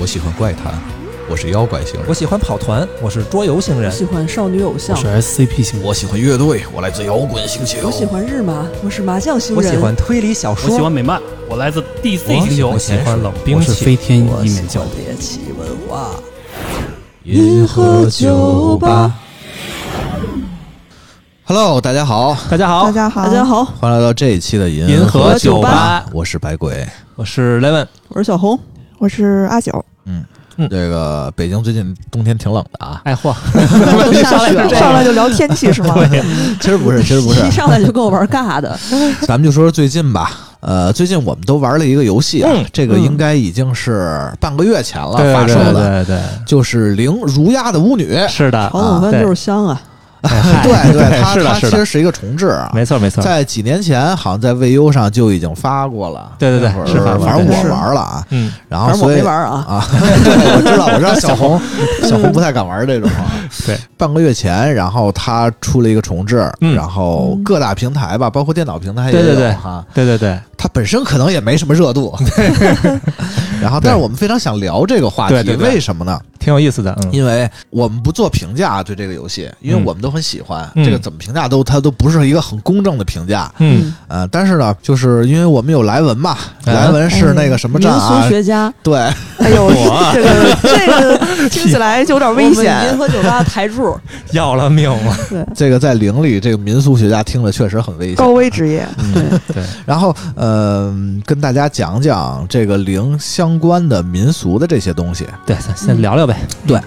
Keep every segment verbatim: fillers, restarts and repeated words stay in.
喜欢怪谈，我是妖怪星人； 我喜欢跑团，我是桌游星人； 我喜欢少女偶像， 我是 S C P 星人； 我喜欢乐队，我来自摇滚星球； 我喜欢日麻，我是麻将星人； 我喜欢推理小说； 我喜欢美漫，我来自 D C 星球； 我喜欢冷兵器， 我是飞天一面教。 猎奇文化， 银河酒吧。Hello， 大家好， 大家好， 大家好，大家好， 欢迎来到这一期的银银河酒酒吧。 我是白鬼， 我是 Levin， 我是小红， 我是阿九。 嗯。这个北京最近冬天挺冷的啊！ 哎嚯， 都下雪了， 上来就聊天气是吗？ 其实不是，其实不是， 一上来就跟我玩尬的。 咱们就说说最近吧。呃，最近我们都玩了一个游戏啊，嗯、这个应该已经是半个月前了、嗯、发售的， 对对 对, 对， 就是零如鸦的巫女。 是的， 炒冷饭就是香啊！ 对对，它是的它其实是一个重置啊， 没错没错。 在几年前，好像在卫优上就已经发过了。 对对对，是反正我玩了啊，嗯，然后所以我没玩啊啊，我知道我知道小红小红不太敢玩这种啊。 对， 半个月前，然后它出了一个重置，嗯、然后各大平台吧，包括电脑平台也有对对对哈， 对对对， 它本身可能也没什么热度。然后，但是我们非常想聊这个话题， 对对对， 为什么呢？ 挺有意思的，嗯， 因为我们不做评价对这个游戏，因为我们都很喜欢， 嗯、 这个怎么评价都它都不是一个很公正的评价， 嗯呃，但是呢，就是因为我们有莱文嘛，嗯、莱文是那个什么站啊， 民俗学家， 对， 哎呦，这个这个听起来就有点危险。 银河酒吧台柱要了命了， 对， 这个在灵里，这个民俗学家听着确实很危险， 高危职业， 嗯、 对对。 然后，呃，跟大家讲讲这个灵相关的民俗的这些东西， 对，咱先聊聊呗， 嗯、对。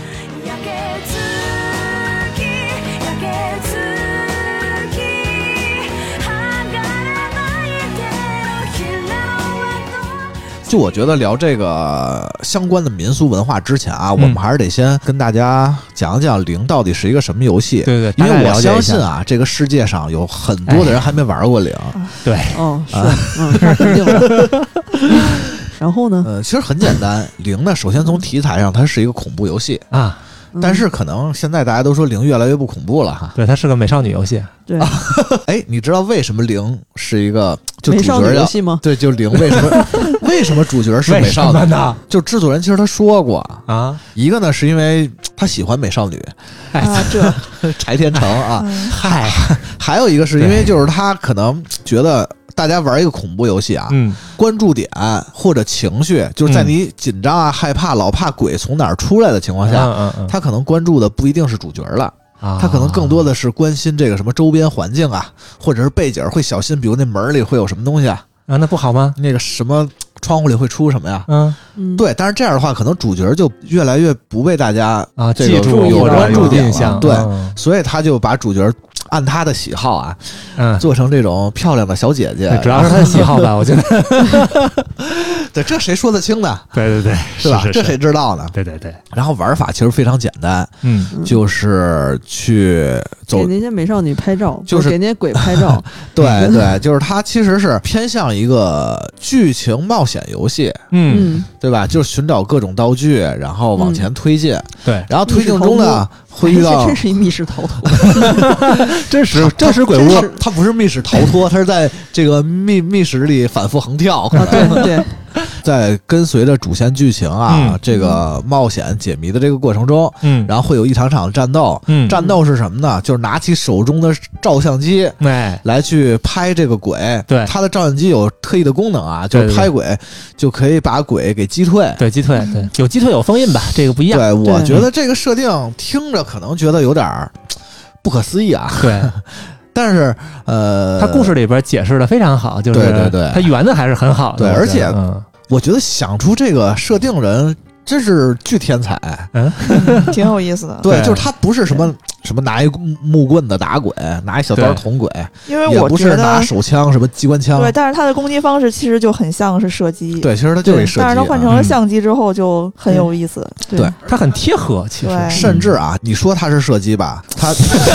就我觉得聊这个相关的民俗文化之前啊，嗯、我们还是得先跟大家讲讲灵到底是一个什么有戏。 对对， 因为我相信啊，这个世界上有很多的人还没玩过灵。 哎、对， 哦，是，啊、嗯，那肯定的。然后呢？ 呃，其实很简单，灵呢，首先从题材上，它是一个恐怖游戏啊。 但是可能现在大家都说灵越来越不恐怖了哈。 对，它是个美少女游戏。 对， 哎，你知道为什么灵是一个就主角要游戏吗？ 对，就灵为什么为什么主角是美少女呢？ 就制作人其实他说过啊， 一个呢是因为他喜欢美少女， 哎啊，这柴田诚啊， 嗨、 嗯，还有一个是因为就是他可能觉得。大家玩一个恐怖游戏啊， 嗯， 关注点或者情绪，就是在你紧张啊、害怕、老怕鬼从哪儿出来的情况下， 嗯嗯嗯、 他可能关注的不一定是主角了， 啊、 他可能更多的是关心这个什么周边环境啊，或者是背景，会小心，比如那门里会有什么东西啊， 啊，那不好吗？ 那个什么窗户里会出什么呀？ 嗯， 对，但是这样的话，可能主角就越来越不被大家啊记住有关注点了， 对， 嗯、 所以他就把主角。按他的喜好啊， 嗯， 做成这种漂亮的小姐姐， 主要是他的喜好吧，我觉得。 对，这谁说得清呢？ 对对对， 是吧？ 是是是这谁知道呢？ 对对对。 然后玩法其实非常简单， 嗯， 就是去走给那些美少女拍照， 就是给那些鬼拍照。 对对，就是它其实是偏向一个剧情冒险游戏， 嗯， 对吧？就是寻找各种道具，然后往前推进。 嗯、对， 然后推进中呢。会遇到真是一密室逃脱， 真实真实鬼屋， 它不是密室逃脱，它是在这个密密室里反复横跳。 啊、对对， 在跟随着主线剧情啊， 嗯、 这个冒险解谜的这个过程中， 嗯， 然后会有一场场的战斗， 嗯， 战斗是什么呢？就是拿起手中的照相机， 哎， 来去拍这个鬼。 对， 它的照相机有特异的功能啊，就是拍鬼对对对就可以把鬼给击退。 对，击退，对，有击退有封印吧，这个不一样。 对，我觉得这个设定听着可能觉得有点不可思议啊。 对。 但是，呃， 他故事里边解释的非常好，就是对对对， 他圆的还是很好的。 对，而且， 嗯， 我觉得想出这个设定人真是巨天才， 嗯， 挺有意思的。 对，就是他不是什么什么拿一木棍子打鬼，拿一小刀捅鬼， 因为我也不是拿手枪什么机关枪。 对，但是他的攻击方式其实就很像是射击。 对，其实他就是一射击， 但是他换成了相机之后就很有意思。 嗯、对， 他很贴合，其实甚至啊，你说他是射击吧，他。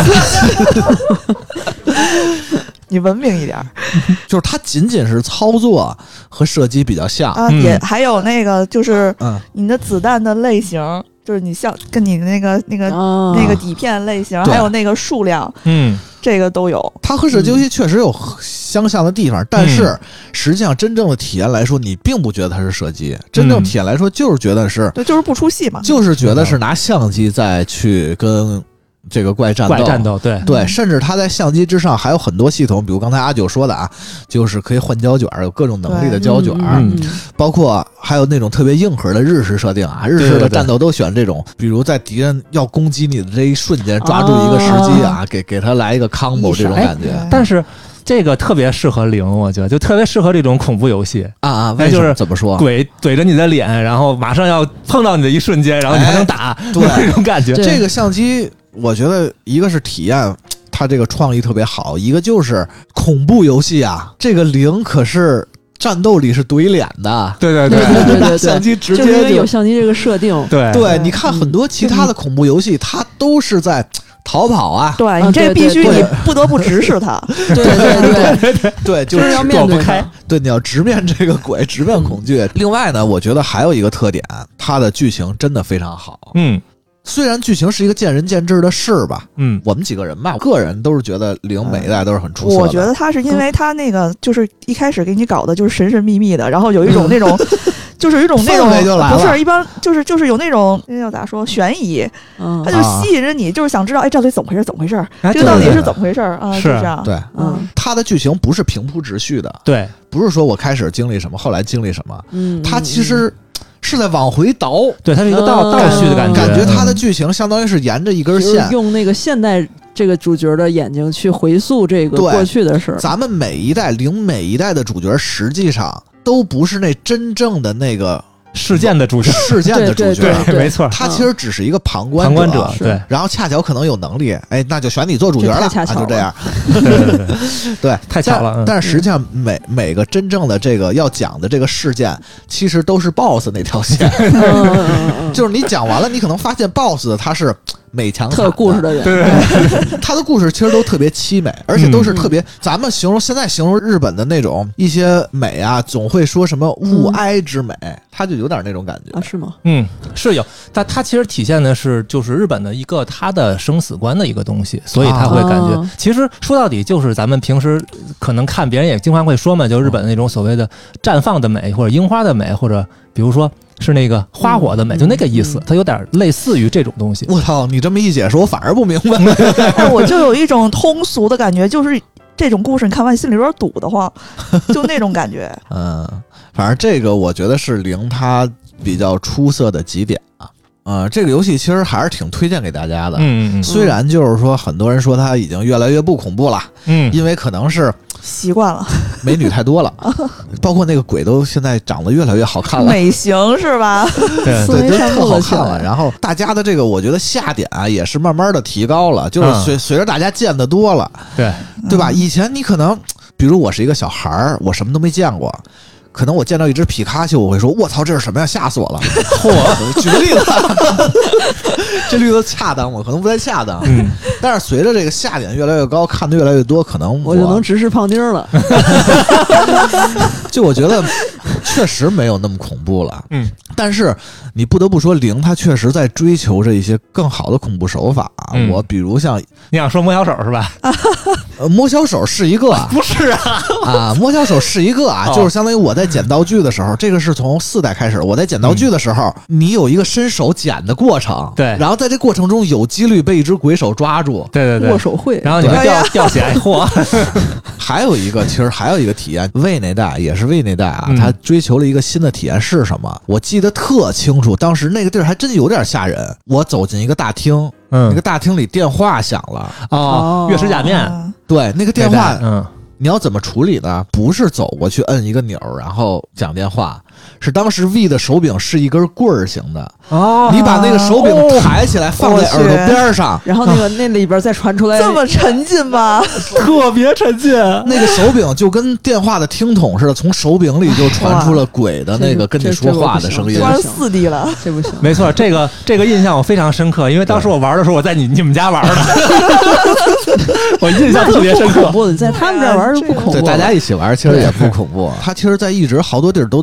你文明一点， 就是它仅仅是操作和射击比较像啊，也还有那个就是， 嗯， 你的子弹的类型就是你像跟你那个那个、 哦、 那个底片类型，还有那个数量， 嗯， 这个都有。 它和射击游戏确实有相像的地方，嗯、但是实际上真正的体验来说，你并不觉得它是射击，真正体验来说就是觉得是， 对，就是不出戏嘛， 就是觉得是拿相机再去跟。这个怪战斗， 怪战斗，对对，甚至它在相机之上还有很多系统，比如刚才阿九说的啊，就是可以换胶卷，有各种能力的胶卷， 嗯、 包括还有那种特别硬核的日式设定啊，日式的战斗都选这种，比如在敌人要攻击你的这一瞬间抓住一个时机啊，哦、给给他来一个 combo 这种感觉， 但是。这个特别适合零，我觉得就特别适合这种恐怖游戏啊啊！为什么？怎么说？ 鬼怼着你的脸，然后马上要碰到你的一瞬间，然后你还能打， 哎、对这种感觉。 这个相机，我觉得一个是体验，它这个创意特别好；一个就是恐怖游戏啊，这个零可是战斗里是怼脸的。 对对对对对对对， 相机直接就就因为有相机这个设定。 对对，你看很多其他的恐怖游戏，它都是在。逃跑啊！ 对你这必须你不得不直视它， 对对对对对对，就是要面对开。 对，你要直面这个鬼，直面恐惧。另外呢，我觉得还有一个特点，它的剧情真的非常好。 嗯， 虽然剧情是一个见仁见智的事吧， 嗯， 我们几个人吧，个人都是觉得零每一代都是很出色的。 我觉得它是因为它那个就是一开始给你搞的就是神神秘秘的，然后有一种那种。就是有一种那种不是一般，就是就是有那种那叫咋说悬疑，嗯，它就吸引着你，就是想知道，哎，这到底怎么回事？怎么回事？这个到底是怎么回事啊？是这样， 对，嗯，它的剧情不是平铺直叙的， 对， 不是说我开始经历什么，后来经历什么， 嗯， 它其实是在往回倒， 对，它是一个倒倒叙的感觉， 感觉它的剧情相当于是沿着一根线， 用那个现代。这个主角的眼睛去回溯这个过去的事。 咱们每一代零每一代的主角，实际上都不是那真正的那个事件的主角， 事件的主角， 对，对没错。 他其实只是一个旁观旁观者，对。 然后恰巧可能有能力，哎，那就选你做主角了， 恰巧就这样。 对对对， 对， 太巧了。 但是实际上，每每个真正的这个要讲的这个事件，其实都是 B O S S 那条线。就是你讲完了，你可能发现 B O S S 他是。美强特故事的人， 对， 他的故事其实都特别凄美，而且都是特别。嗯、咱们形容现在形容日本的那种一些美啊，总会说什么物哀之美，嗯、他就有点那种感觉啊？是吗？ 嗯，是有。但他其实体现的是就是日本的一个他的生死观的一个东西，所以他会感觉，啊、其实说到底就是咱们平时可能看别人也经常会说嘛，就是日本那种所谓的绽放的美，或者樱花的美，或者比如说。是那个花火的美，嗯、就那个意思，它有点类似于这种东西。 我操，你这么一解释，我反而不明白。 但我就有一种通俗的感觉，就是这种故事你看完心里有点堵得慌，就那种感觉。 嗯，反正这个我觉得是零它比较出色的几点啊。呃，这个游戏其实还是挺推荐给大家的。 嗯嗯。 虽然就是说，很多人说它已经越来越不恐怖了。 嗯。 因为可能是习惯了， 美女太多了，包括那个鬼都现在长得越来越好看了， 美型是吧？ 对对，都特好看了。然后大家的这个，我觉得下点啊也是慢慢的提高了，就是随、嗯、随着大家见得多了， 对对吧？以前你可能，比如我是一个小孩儿，我什么都没见过。可能我见到一只皮卡丘，我会说：“我操，这是什么呀？吓死我了！”嚯，举个例子，这例子恰当吗？可能不太恰当。嗯，但是随着这个下点越来越高，看的越来越多，可能我, 我就能直视胖丁了。 就我觉得确实没有那么恐怖了。 嗯， 但是你不得不说，零它确实在追求着一些更好的恐怖手法。嗯、我比如像你想说摸小手是吧？ 呃，摸小手是一个， 不是啊啊，摸小手是一个啊，哦、就是相当于我在捡道具的时候，这个是从四代开始，我在捡道具的时候，嗯、你有一个伸手捡的过程， 对， 然后在这过程中有几率被一只鬼手抓住， 对对对， 握手会， 然后你会掉掉起来，嚯！ 还有一个，其实还有一个体验，魏那代也是魏那代啊，他追求了一个新的体验是什么？我记得特清楚，当时那个地儿还真有点吓人。我走进一个大厅，嗯，那个大厅里电话响了， 哦，月食假面， 对，那个电话， 嗯。 你要怎么处理呢？不是走过去摁一个钮，然后讲电话，是当时 V 的手柄是一根棍儿型的哦，你把那个手柄抬起来放在耳朵边上， 然后那个那里边再传出来， 这么沉浸吗？ 特别沉浸。 那个手柄就跟电话的听筒似的，从手柄里就传出了鬼的那个跟你说话的声音， 突然四 D 了， 这不行。 没错，这个这个印象我非常深刻，因为当时我玩的时候，我在你你们家玩的，我印象特别深刻。 在他们这玩。不恐怖， 对大家一起玩其实也不恐怖。他其实在一直好多地儿都在追求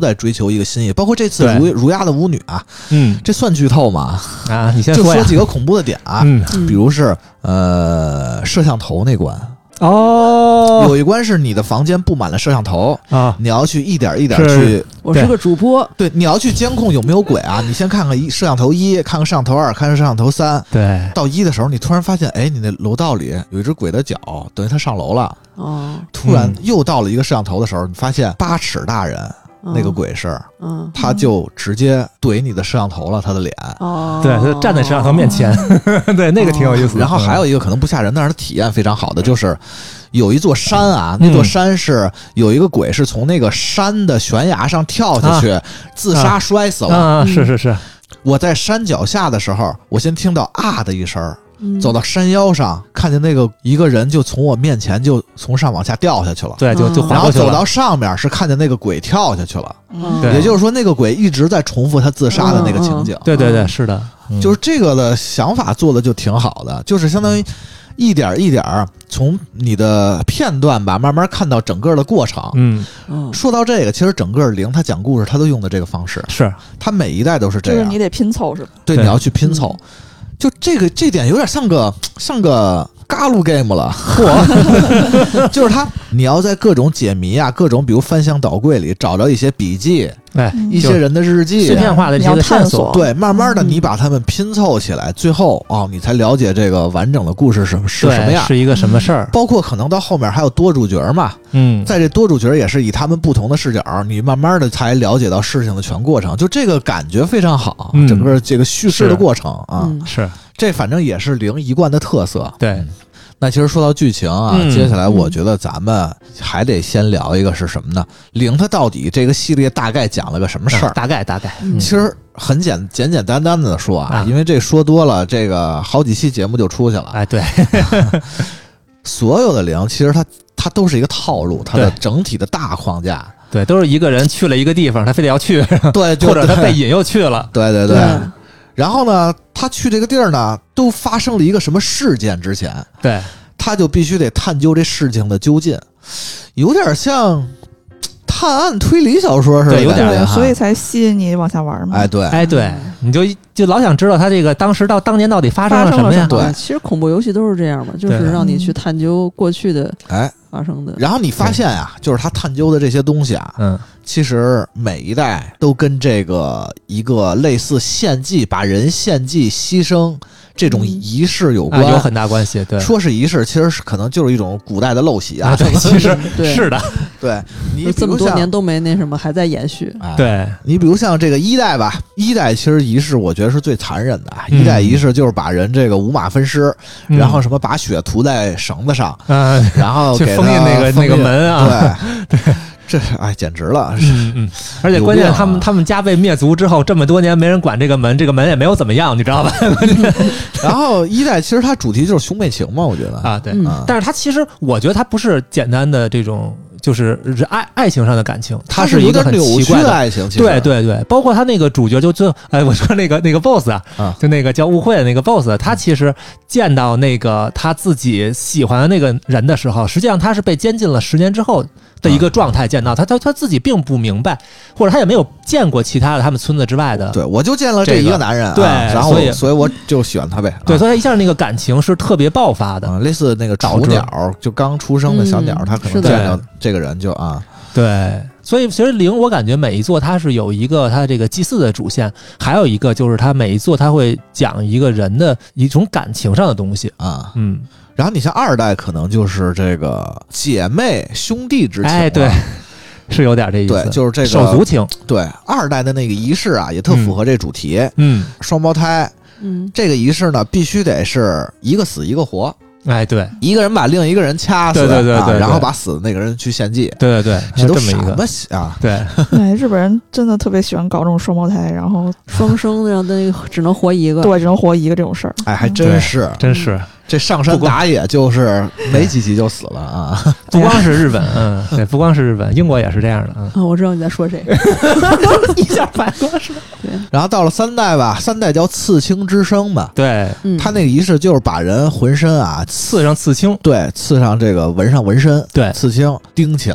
留一个心意。包括这次如如鸦的舞女啊， 嗯， 这算剧透吗？ 啊，你先说呀， 就说几个恐怖的点啊， 嗯， 比如是呃摄像头那关。 哦， 有一关是你的房间布满了摄像头啊， 你要去一点一点去。 我是个主播， 对，你要去监控有没有鬼啊？你先看看一摄像头一，看看摄像头二，看看摄像头三。 对， 到一的时候，你突然发现，哎，你那楼道里有一只鬼的脚，等于他上楼了。 哦， 突然又到了一个摄像头的时候，你发现八尺大人。那个鬼是， 嗯， 他就直接怼你的摄像头了，他的脸， 哦， 对，他就站在摄像头面前，对，那个挺有意思的。 然后还有一个可能不吓人，但是他体验非常好的，就是有一座山啊，那座山是有一个鬼是从那个山的悬崖上跳下去，自杀摔死了。 啊，是是是。 我在山脚下的时候，我先听到啊的一声。走到山腰上，看见那个一个人就从我面前就从上往下掉下去了， 对，就就然后走到上面是看见那个鬼跳下去了， 嗯， 也就是说那个鬼一直在重复他自杀的那个情景。 对对对，是的， 就是这个的想法做的就挺好的，就是相当于一点一点从你的片段吧，慢慢看到整个的过程。 嗯， 说到这个，其实整个零他讲故事他都用的这个方式， 是他每一代都是这样， 就是你得拼凑是吧？ 对，你要去拼凑。就这个这点有点像个像个嘎鲁 game 了，嚯！就是他，你要在各种解谜啊，各种比如翻箱倒柜里找着一些笔记， 哎， 一些人的日记， 碎片化的这个线索， 对，慢慢的你把它们拼凑起来，最后哦，你才了解这个完整的故事是是什么样， 是一个什么事儿。 包括可能到后面还有多主角嘛， 嗯， 在这多主角也是以他们不同的视角，你慢慢的才了解到事情的全过程，就这个感觉非常好， 嗯、 整个这个叙事的过程啊， 嗯、 是。 这反正也是零一贯的特色。 对， 那其实说到剧情啊， 嗯、 接下来我觉得咱们还得先聊一个是什么呢？零它到底这个系列大概讲了个什么事儿？ 大概大概， 其实很简简简单单的说啊，啊因为这说多了，这个好几期节目就出去了。 哎，对， 所有的零其实它它都是一个套路，它的整体的大框架。 对，都是一个人去了一个地方，他非得要去， 对， 或者他被引诱去了。 对对对。然后呢，他去这个地儿呢，都发生了一个什么事件之前， 对， 他就必须得探究这事情的究竟，有点像探案推理小说似的， 对，有点， 所以才吸引你往下玩嘛。 哎，对， 哎，对，你就就老想知道他这个当时到当年到底发生了什么呀？ 对， 其实恐怖游戏都是这样嘛，就是让你去探究过去的哎发生的。 然后你发现呀、啊，就是他探究的这些东西啊， 嗯， 其实每一代都跟这个一个类似献祭，把人献祭牺牲这种仪式有关， 啊、有很大关系。对， 说是仪式，其实是可能就是一种古代的陋习啊。 啊对，其实是的。 对，你这么多年都没那什么，还在延续。 哎、 对， 你比如像这个一代吧，一代其实仪式我觉得是最残忍的。嗯、一代仪式就是把人这个五马分尸， 嗯、 然后什么把血涂在绳子上， 嗯、 然后给封印那个那个门啊， 对对。这哎，简直了！ 嗯嗯，而且关键他们、啊、他们家被灭族之后，这么多年没人管这个门，这个门也没有怎么样，你知道吧？ 然后一代其实它主题就是兄妹情嘛，我觉得啊，对， 嗯、 但是它其实我觉得它不是简单的这种。就是爱爱情上的感情，它是一个很奇怪的爱情。 对对对，包括他那个主角就就哎，我说那个那个 boss 啊， 啊就那个叫误会的那个 boss， 他其实见到那个他自己喜欢的那个人的时候，实际上他是被监禁了十年之后的一个状态见到他，他他自己并不明白，或者他也没有见过其他的他们村子之外的。 对，我就见了这一个男人， 对， 然后所以所以我就喜欢他呗。 对，所以一下那个感情是特别爆发的， 类似那个雏鸟，就刚出生的小鸟，他可能见到这个人就啊。 对，所以其实零，我感觉每一座它是有一个它这个祭祀的主线，还有一个就是它每一座它会讲一个人的一种感情上的东西啊， 嗯。 然后你像二代可能就是这个姐妹兄弟之情， 哎，对，是有点这意思， 对，就是这个手足情。 对，二代的那个仪式啊，也特符合这主题， 嗯， 双胞胎， 嗯， 这个仪式呢必须得是一个死一个活。 哎，对， 一个人把另一个人掐死， 对对对 对, 对、 啊，然后把死的那个人去献祭， 对对对， 这都什么啊？ 对， 对，日本人真的特别喜欢搞这种双胞胎，然后双生的，让那个只能活一个， 对，只能活一个这种事儿。 哎，还真是， 真是。 这上山打野就是没几集就死了啊！ 不光是日本，嗯，对，不光是日本，英国也是这样的。嗯， 啊，我知道你在说谁， 一下反过是吧？ 对。 然后到了三代吧，三代叫刺青之声嘛， 对， 嗯、 他那个仪式就是把人浑身啊刺上刺青， 对，刺上这个纹上纹身， 对， 刺青钉起来。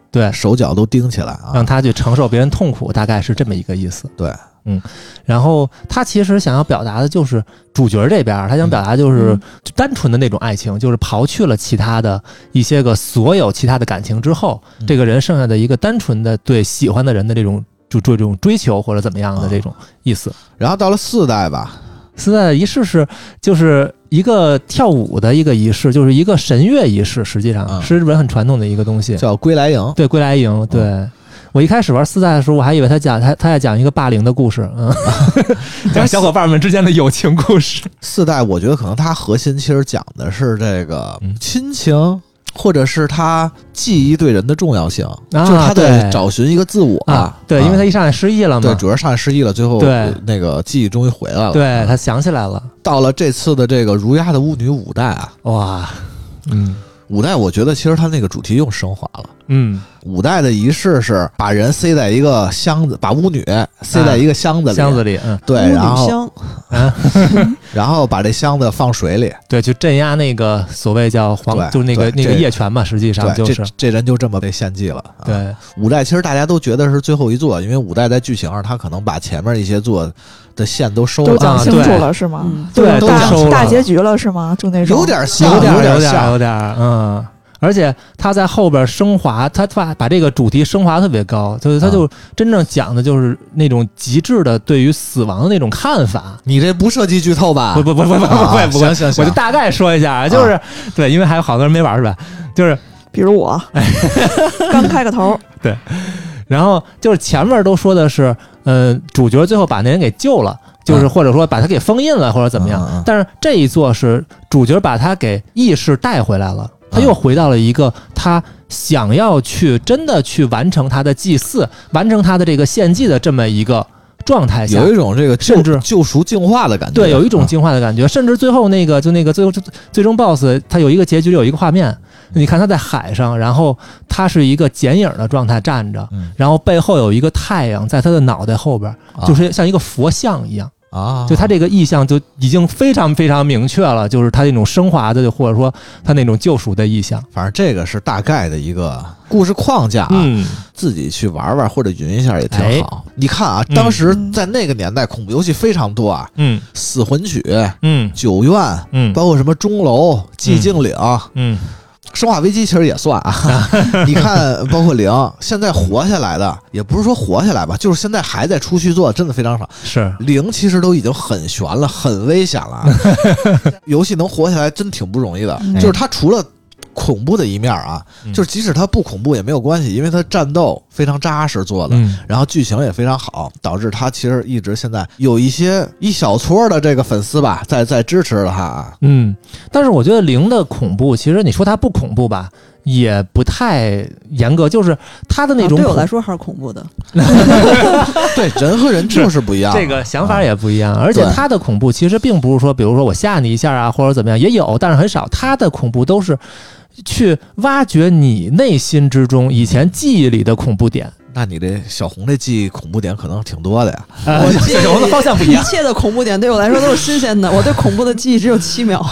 对， 手脚都钉起来啊， 让他去承受别人痛苦，大概是这么一个意思。 对， 嗯，然后他其实想要表达的就是主角这边，他想表达就是单纯的那种爱情，就是刨去了其他的一些个所有其他的感情之后，这个人剩下的一个单纯的对喜欢的人的这种就这种追求或者怎么样的这种意思。 然后到了四代吧。 四代的仪式是就是一个跳舞的一个仪式，就是一个神乐仪式，实际上是日本很传统的一个东西， 叫归来营。 对，归来营。对、嗯、我一开始玩四代的时候，我还以为他讲他他在讲一个霸凌的故事，嗯，讲小伙伴们之间的友情故事。 四代我觉得可能它核心其实讲的是这个亲情。嗯，或者是他记忆对人的重要性，啊、就是他在找寻一个自我。 啊、对、啊，因为他一上来失忆了嘛。 对，主要上来失忆了，最后那个记忆终于回来了。 对，他想起来了。 到了这次的这个如鸦的巫女五代啊， 哇，嗯， 五代我觉得其实他那个主题又升华了。 嗯， 五代的仪式是把人塞在一个箱子，把巫女塞在一个箱子里，啊、 箱子里，嗯， 对，然后， 啊、 然后把这箱子放水里， 对，去镇压那个所谓叫黄，就是那个那个夜权嘛，实际上就是这, 这人就这么被献祭了。 对、 啊，五代其实大家都觉得是最后一座，因为五代在剧情上他可能把前面一些座的线都收了， 都讲清楚了是吗？ 嗯、对， 都大大结局了是吗？就那种有点像， 有点有点有点有点，嗯。而且他在后边升华，他把把这个主题升华特别高，就是他就真正讲的就是那种极致的对于死亡的那种看法。 你这不涉及剧透吧？ 不不不不不不不不， 行行行， 我就大概说一下，就是、啊、对，因为还有好多人没玩是吧？就是比如我刚开个头， 对，然后就是前面都说的是，呃，主角最后把那人给救了。就是或者说把他给封印了或者怎么样， 嗯嗯嗯、 但是这一座是主角把他给意识带回来了，他又回到了一个他想要去真的去完成他的祭祀，完成他的这个献祭的这么一个状态下， 有一种这个甚至救赎净化的感觉， 对，有一种净化的感觉，嗯、甚至最后那个就那个最后最终 boss 他有一个结局有一个画面。你看他在海上，然后他是一个剪影的状态站着， 嗯、 然后背后有一个太阳在他的脑袋后边， 啊、 就是像一个佛像一样。 啊， 就他这个意象就已经非常非常明确了，就是他那种升华的，或者说他那种救赎的意象。 反正这个是大概的一个故事框架啊， 嗯， 自己去玩玩或者云一下也挺好。哎、你看啊，当时在那个年代，恐怖游戏非常多啊， 嗯， 死魂曲， 嗯， 九院， 嗯， 包括什么钟楼、寂静岭， 嗯。 生化危机其实也算啊，你看，包括零，现在活下来的也不是说活下来吧，就是现在还在出续作，真的非常少。 是零其实都已经很悬了，很危险了。游戏能活下来真挺不容易的， 嗯、 就是它除了恐怖的一面啊， 嗯、 就是即使它不恐怖也没有关系，因为它战斗非常扎实做的， 嗯、 然后剧情也非常好，导致它其实一直现在有一些一小撮的这个粉丝吧，在在支持它。 嗯，但是我觉得零的恐怖，其实你说它不恐怖吧，也不太严格，就是它的那种、 啊、对我来说还是恐怖的。 对，人和人就是不一样， 这个想法也不一样。而且它的恐怖其实并不是说，比如说我吓你一下啊，或者怎么样，也有，但是很少。它的恐怖都是去挖掘你内心之中以前记忆里的恐怖点。 那你这小红这记忆恐怖点可能挺多的呀。 呃、我小红的方向不一样， 一切的恐怖点对我来说都是新鲜的。我对恐怖的记忆只有七秒。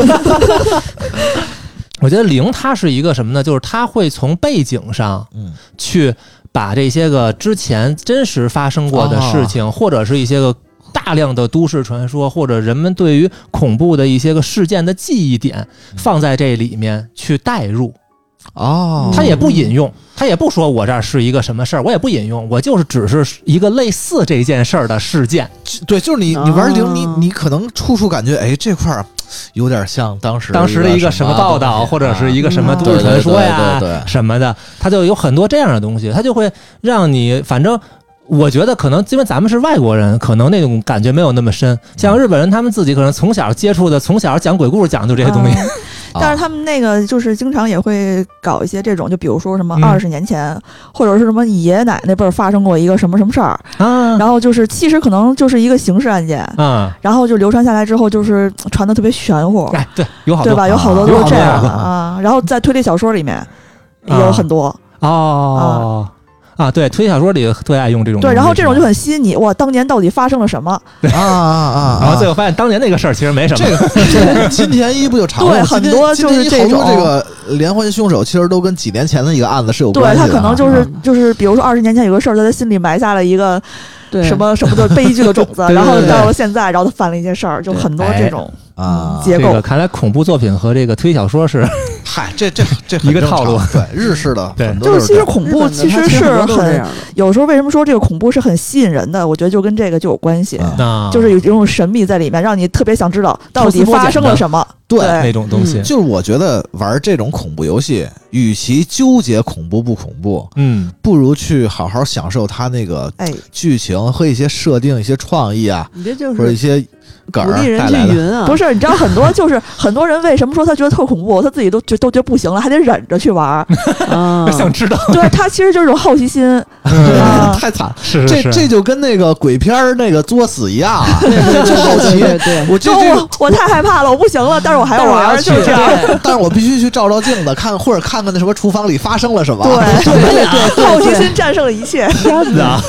我觉得零它是一个什么呢？就是它会从背景上， 嗯， 去把这些个之前真实发生过的事情， 哦、 或者是一些个大量的都市传说，或者人们对于恐怖的一些个事件的记忆点，放在这里面去带入。 哦， 他也不引用，他也不说我这儿是一个什么事儿，我也不引用，我就是只是一个类似这件事儿的事件。 对，就是你你玩零，你你可能处处感觉，哎，这块儿有点像当时当时的一个什么报道，或者是一个什么都市传说呀什么的，它就有很多这样的东西，它就会让你反正。我觉得可能因为咱们是外国人，可能那种感觉没有那么深。像日本人，他们自己可能从小接触的，从小讲鬼故事讲究这些东西。 嗯但是他们那个就是经常也会搞一些这种，就比如说什么二十年前，嗯、或者是什么你爷爷奶奶辈儿发生过一个什么什么事儿啊，然后就是其实可能就是一个刑事案件啊，然后就流传下来之后，就是传的特别玄乎。 哎，对，有好多对吧？有好多都是这样的啊。 然后在推理小说里面也有很多哦。啊啊，对，推理小说里特爱用这种。 对，然后这种就很吸引你，哇，当年到底发生了什么？ 啊啊啊！ 然后最后发现当年那个事儿其实没什么。 这个这个金田一不就查了？ 对，很多就是这种这个连环凶手，其实都跟几年前的一个案子是有关系的。 对他可能就是就是，比如说二十年前有个事儿，在他心里埋下了一个什么什么的悲剧的种子，然后到了现在，然后他犯了一些事儿，就很多这种。 啊， 结构、 这个、看来恐怖作品和这个推理小说是， 嗨，这这这一个套路， 对，日式的， 对， 就是其实恐怖其实是很，有时候为什么说这个恐怖是很吸引人的？我觉得就跟这个就有关系， 啊、 就是有一种神秘在里面，让你特别想知道到底发生了什么。 对， 那种东西、 嗯，就是我觉得玩这种恐怖游戏，与其纠结恐怖不恐怖， 嗯， 不如去好好享受它那个剧情和一些设定、一些创意啊， 你这就是或者一些梗儿带来的。 不是，你知道很多就是很多人为什么说他觉得特恐怖，他自己都觉都觉得不行了，还得忍着去玩啊，想知道。 对他其实就是种好奇心， 嗯、太惨。 是这这就跟那个鬼片那个作死一样啊，就好奇。 对对， 我这我我太害怕了，我不行了，但是我还要玩，就是这样。 但是我必须去照照镜子，看或者看看那什么厨房里发生了什么。 对对对，好奇心战胜了一切。 天哪！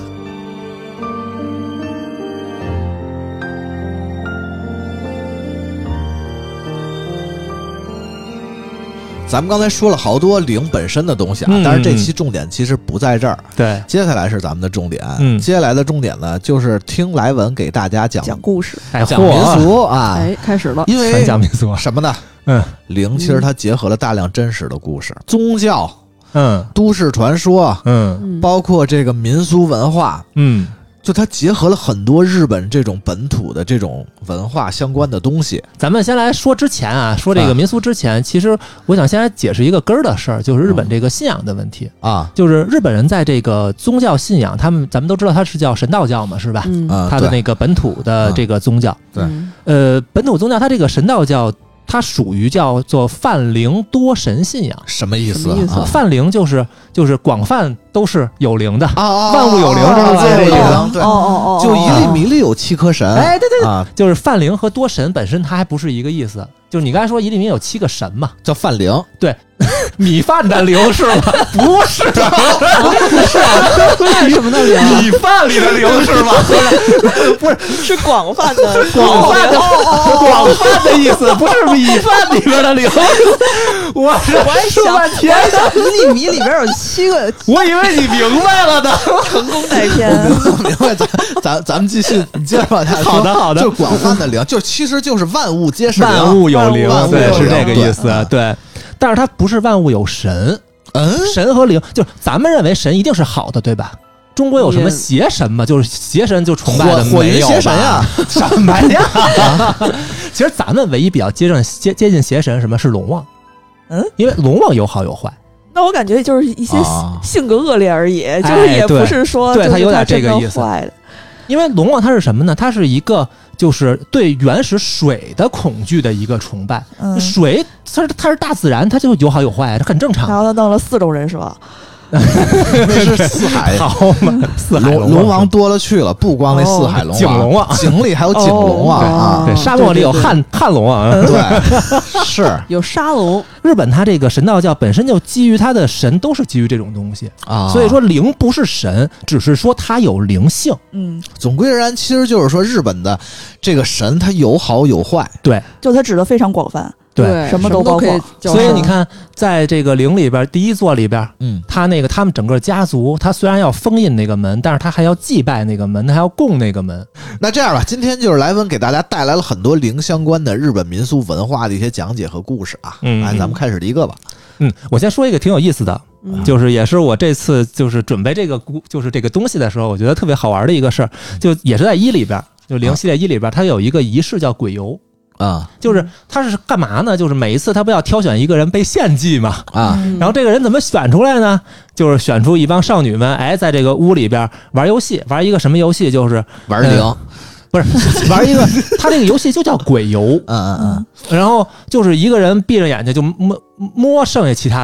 咱们刚才说了好多灵本身的东西啊， 嗯、 但是这期重点其实不在这儿。 对， 接下来是咱们的重点。 嗯， 接下来的重点呢，就是听莱文给大家讲讲故事， 哎、 讲民俗啊。 哎，开始了。 因为讲民俗什么呢？ 嗯， 灵其实它结合了大量真实的故事、宗教、 嗯， 都市传说， 嗯， 包括这个民俗文化， 嗯。 就它结合了很多日本这种本土的这种文化相关的东西。 咱们先来说之前啊，说这个民俗之前，啊、其实我想先来解释一个根儿的事儿，就是日本这个信仰的问题啊。 就是日本人在这个宗教信仰，他们咱们都知道他是叫神道教嘛，是吧？ 嗯， 他的那个本土的这个宗教， 对， 呃，本土宗教它这个神道教。它属于叫做泛灵多神信仰， 什么意思？ 意思啊、泛灵就是就是广泛都是有灵的啊， 万物有灵，知道吧？ 这个哦对， 哦哦， 就一粒米里有七颗神。 哎，对对对， 啊， 就是泛灵和多神本身它还不是一个意思。就是你刚才说一粒米有七个神嘛， 叫泛灵。 对，米饭的灵是吗？不是， 不是干什么的灵？ 米饭里的灵是吗？ 不是，是广泛的广泛的广泛的意思，不是米饭里边的灵。我我还想，天哪，一粒米里边有七个， 我以为你明白了呢。 成功带偏， 我明白，咱咱咱们继续，你接着往下说。 好的好的， 就广泛的灵，就其实就是万物皆是灵， 万物有灵，对，是这个意思， 对。 但是它不是万物有神， 嗯， 神和灵，就是咱们认为神一定是好的，对吧？中国有什么邪神吗？就是邪神就崇拜的火云邪神呀， 什么呀？其实咱们唯一比较接近接接近邪神什么是龙王， 嗯， 因为龙王有好有坏。 那我感觉就是一些性格恶劣而已， 啊、 就是也不是说对他有点这个意思。 坏的， 因为龙王他是什么呢？他是一个就是对原始水的恐惧的一个崇拜。嗯、水它是它是大自然，它就有好有坏，这很正常。 然后他弄了四种人是吧？ 那是四海好嘛，四海龙龙王多了去了，不光那四海龙王， 景龙王， 井里还有景龙王啊， 对，沙漠里有旱旱龙王， 对，是有沙龙。 日本它这个神道教本身就基于它的神都是基于这种东西啊， 所以说灵不是神，只是说它有灵性。 嗯， 总归而言，其实就是说日本的这个神它有好有坏， 对， 就它指的非常广泛。 对， 什么都包括。 所以你看，在这个陵里边，第一座里边， 嗯， 他那个他们整个家族，他虽然要封印那个门，但是他还要祭拜那个门，他还要供那个门。 那这样吧，今天就是莱文给大家带来了很多陵相关的日本民俗文化的一些讲解和故事啊。 嗯， 来，咱们开始第一个吧。 嗯，我先说一个挺有意思的，嗯、就是也是我这次就是准备这个就是这个东西的时候，我觉得特别好玩的一个事儿，就也是在一里边，就陵系列一里边，它有一个仪式叫鬼游。 啊， 就是他是干嘛呢？就是每一次他不要挑选一个人被献祭嘛， 啊， 然后这个人怎么选出来呢？就是选出一帮少女们，哎，在这个屋里边玩游戏，玩一个什么游戏？就是玩灵、呃， 不是玩一个，他这个游戏就叫鬼游， 嗯嗯嗯， 然后就是一个人闭着眼睛就摸摸剩下其他的人。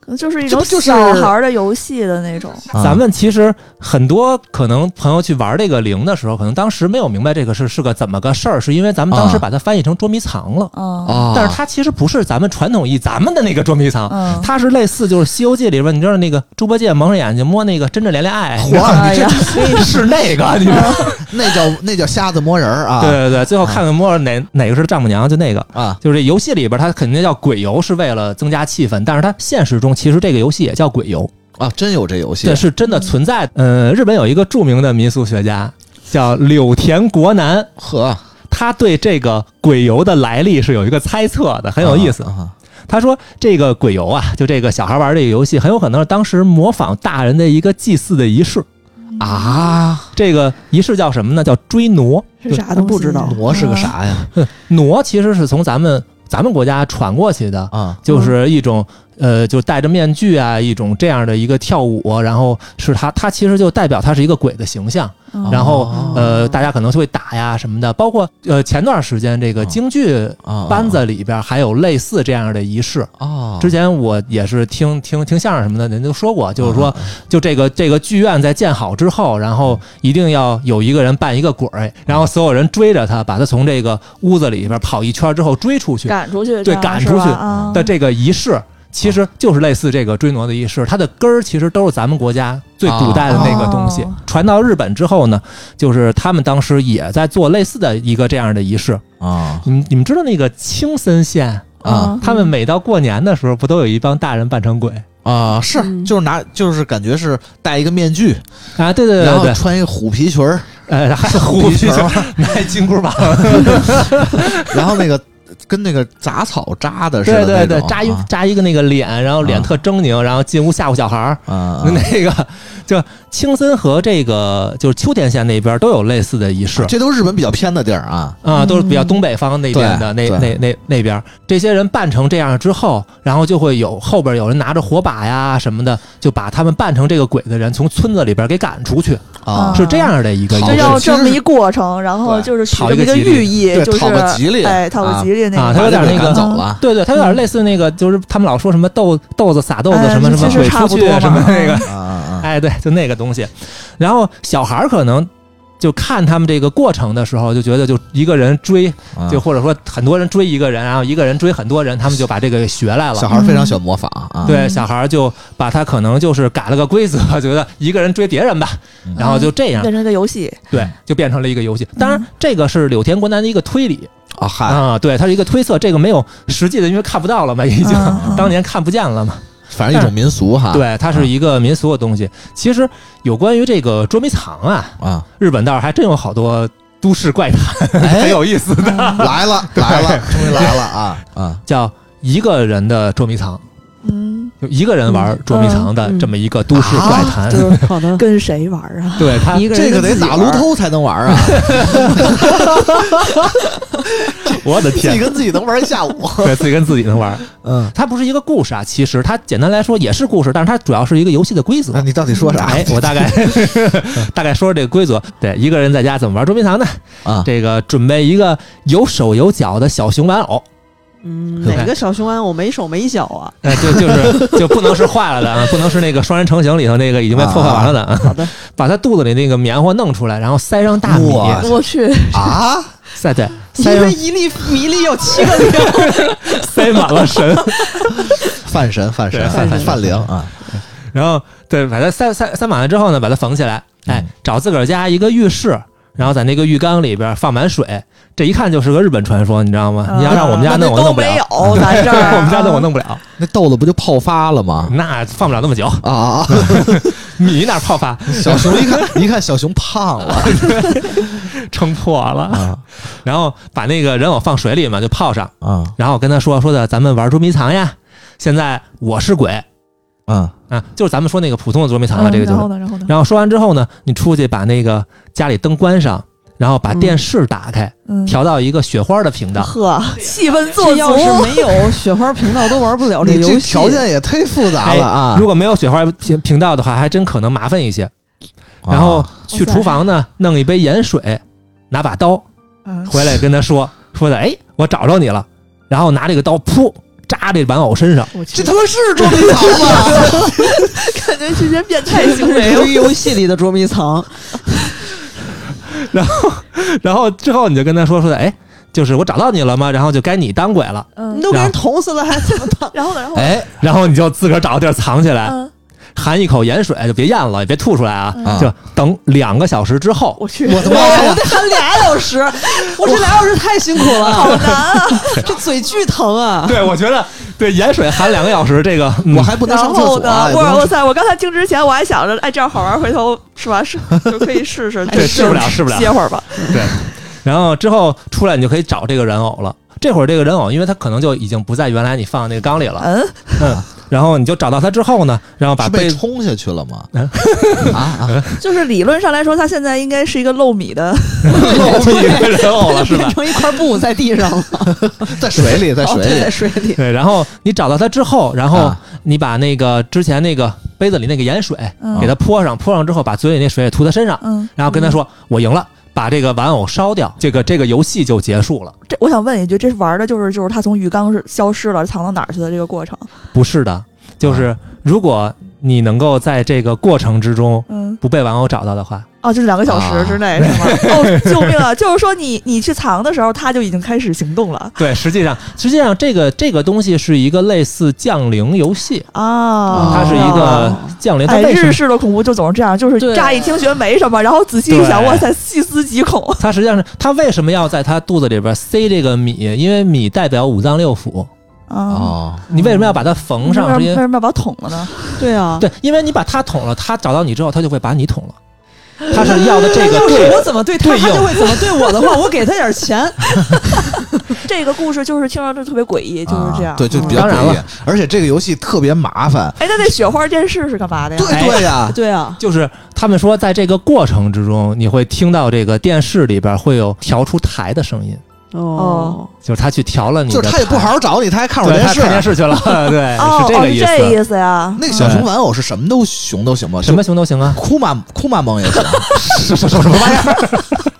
就是一种小孩的游戏的那种。 咱们其实很多可能朋友去玩这个零的时候，可能当时没有明白这个是是个怎么个事儿，是因为咱们当时把它翻译成捉迷藏了。 啊， 但是它其实不是咱们传统意咱们的那个捉迷藏， 嗯、 它是类似就是《西游记》里边，你知道那个猪八戒蒙着眼睛摸那个真正连连爱， 哇， 你这是那个，你知道那叫那叫瞎子摸人啊！ 对对对，最后看看摸哪哪个是丈母娘，就那个啊， 就是这游戏里边它肯定叫鬼游，是为了增加气氛，但是它现实中其实这个游戏也叫鬼游啊，真有这游戏， 这是真的存在。呃，日本有一个著名的民俗学家叫柳田国男， 呵， 他对这个鬼游的来历是有一个猜测的，很有意思。 啊啊、 他说这个鬼游啊，就这个小孩玩这个游戏，很有可能是当时模仿大人的一个祭祀的仪式啊。 这个仪式叫什么呢？叫追挪。 是啥都不知道。 挪是个啥呀？ 挪其实是从咱们咱们国家传过去的啊， 就是一种。呃，就戴着面具啊，一种这样的一个跳舞，然后是他，他其实就代表他是一个鬼的形象， 哦、 然后呃，大家可能就会打呀什么的，包括呃前段时间这个京剧班子里边还有类似这样的仪式哦。 之前我也是听听听相声什么的，人都说过，就是说，就这个这个剧院在建好之后，然后一定要有一个人扮一个鬼，然后所有人追着他，把他从这个屋子里边跑一圈之后追出去， 赶出去， 对，赶出去的这个仪式。其实就是类似这个追挪的仪式，它的根儿其实都是咱们国家最古代的那个东西。 哦、 传到日本之后呢，就是他们当时也在做类似的一个这样的仪式啊。 你们你们知道那个青森县啊， 他们每到过年的时候，不都有一帮大人扮成鬼啊？是，就是拿，就是感觉是戴一个面具啊，对对对对， 然后穿一个虎皮裙儿， 呃，还虎皮裙儿， 拿金箍棒， 然后那个。跟那个杂草扎的似的， 对对对，扎一扎一个那个脸，然后脸特狰狞，然后进屋吓唬小孩儿。 啊， 那个就青森和这个就是秋田县那边都有类似的仪式， 这都是日本比较偏的地儿啊啊，都是比较东北方那边的那那那那边。这些人扮成这样之后，然后就会有后边有人拿着火把呀什么的，就把他们扮成这个鬼的人从村子里边给赶出去啊， 是这样的一个， 就要这么一过程，然后就是取这么一个寓意，就是讨个吉利， 哎，讨个吉利。 啊，他有点那个， 走了， 对对，他有点类似那个，就是他们老说什么豆豆子撒豆子什么什么鬼出去什么那个，哎，对，就那个东西。然后小孩可能就看他们这个过程的时候，就觉得就一个人追，就或者说很多人追一个人，然后一个人追很多人，他们就把这个学来了。 小孩非常喜欢模仿啊， 对，小孩就把他可能就是改了个规则，觉得一个人追别人吧，然后就这样变成一个游戏， 对，就变成了一个游戏。当然，这个是柳田国男的一个推理。 啊嗨啊，对，它是一个推测，这个没有实际的，因为看不到了嘛，已经、嗯、当年看不见了嘛。 反正一种民俗哈， 对，它是一个民俗的东西。其实有关于这个捉迷藏啊， 啊， 日本倒是还真有好多都市怪谈，哎、很有意思的。 来了来了，终于来了啊啊！ 叫一个人的捉迷藏。 嗯， 就一个人玩捉迷藏的这么一个都市怪谈， 嗯嗯啊、好的， 跟谁玩啊？ 对他一个人这个得打炉头才能玩啊！ 我的天， 自己跟自己能玩一下午， 对，自己跟自己能玩。 嗯， 它不是一个故事啊，其实它简单来说也是故事，但是它主要是一个游戏的规则。 那你到底说啥？ 哎，我大概大概说说这个规则。对，一个人在家怎么玩捉迷藏呢？ 啊， 这个准备一个有手有脚的小熊玩偶。 嗯，哪个小熊玩偶没手没脚啊？ 哎，就就是就不能是坏了的啊，不能是那个双人成型里头那个已经被破坏完了的啊。 好的， 把他肚子里那个棉花弄出来，然后塞上大米。 我去啊！ 塞对， 因为一粒米里有七个零， 塞满了神， 饭神饭神饭饭灵啊。 然后对，把它塞塞塞满了之后呢，把它缝起来，哎，找自个儿家一个浴室。然后在那个浴缸里边放满水，这一看就是个日本传说，你知道吗？ 嗯、 你要让我们家弄，我弄不了。 没有，咱这儿我们家弄我弄不了。 那豆子不就泡发了吗？ 那放不了那么久啊啊！ 米哪泡发？ 小熊一看，一看小熊胖了， 撑破了。 啊、 然后把那个人偶放水里嘛，就泡上啊。 然后跟他说说的，咱们玩捉迷藏呀。现在我是鬼。 嗯啊，就是咱们说那个普通的捉迷藏了，这个就是。 然后呢，然后呢？ 然后说完之后呢，你出去把那个家里灯关上，然后把电视打开， 嗯、 调到一个雪花的频道。 呵，气氛做足。 要是没有雪花频道，都玩不了这游戏。 条件也忒复杂了啊！ 哎、如果没有雪花频频道的话，还真可能麻烦一些。然后去厨房呢，弄一杯盐水，拿把刀，回来跟他说说的，哎，我找着你了。然后拿这个刀，噗。 扎这玩偶身上。 这他妈是捉迷藏吗？ 感觉是些变态行为。 由于游戏里的捉迷藏。 然后，然后之后你就跟他说说的，哎，就是我找到你了吗？然后就该你当鬼了。 嗯，你都给人捅死了，还怎么当？ 然后呢？然后哎，然后你就自个儿找个地儿藏起来。 嗯含一口盐水，就别咽了，也别吐出来啊！ 嗯、 就等两个小时之后， 我去， 我他妈呀， 我得含俩小时，我这俩小时太辛苦了， 好难啊！ 这嘴巨疼啊！ 对，我觉得对盐水含两个小时，这个、嗯、 我还不能上厕所、啊。 我哇塞！我刚才听之前我还想着，哎，这样好玩，回头是吧？是就可以试试。 对，试不了，试不了， 歇会儿吧。 对，然后之后出来，你就可以找这个人偶了。这会儿这个人偶，因为它可能就已经不在原来你放那个缸里了。嗯嗯。然后你就找到它之后呢，然后把被冲下去了吗？ 啊啊！就是理论上来说，它现在应该是一个漏米的漏米的人偶了，是吧？ 变成一块布在地上了， 在水里，在水里， 在水里。 对，然后你找到它之后，然后你把那个之前那个杯子里那个盐水给它泼上，泼上之后把嘴里那水也涂在身上，嗯，然后跟他说：“我赢了。”把这个玩偶烧掉，这个这个游戏就结束了。 这我想问一句，这玩的就是就是他从浴缸是消失了，藏到哪儿去的这个过程？ 不是的，就是如果你能够在这个过程之中，嗯，不被玩偶找到的话， 哦，就是两个小时之内、啊、是吗？哦，救命了！就是说你你去藏的时候，他就已经开始行动了。 对，实际上实际上这个这个东西是一个类似降临游戏啊， 它是一个降临。 哎，日式的恐怖就总是这样，就是乍一听觉得没什么，然后仔细一想，哇塞，细思极恐。 它实际上是他为什么要在他肚子里边塞这个米？因为米代表五脏六腑。 哦， 你为什么要把它缝上？ 为什么要把它捅了呢？ 对啊， 对，因为你把它捅了，他找到你之后，他就会把你捅了。他是要的这个对，我怎么对他，他就会怎么对我的话，我给他点钱。 这个故事就是听着就特别诡异，就是这样。 啊、对，就比较诡异。而且这个游戏特别麻烦。 哎，那那雪花电视是干嘛的呀？ 对对呀， 对啊， 就是他们说，在这个过程之中，你会听到这个电视里边会有调出台的声音。 哦， 就是他去调了你的， 就是他也不好好找你，他还看会儿电视， 看电视去了。对， 哦、 是这个意思。 哦、这意思呀。 那个小熊玩偶是什么都熊都行吗？ 什么熊都行啊， 库玛库玛蒙也行。 什什什么玩意儿？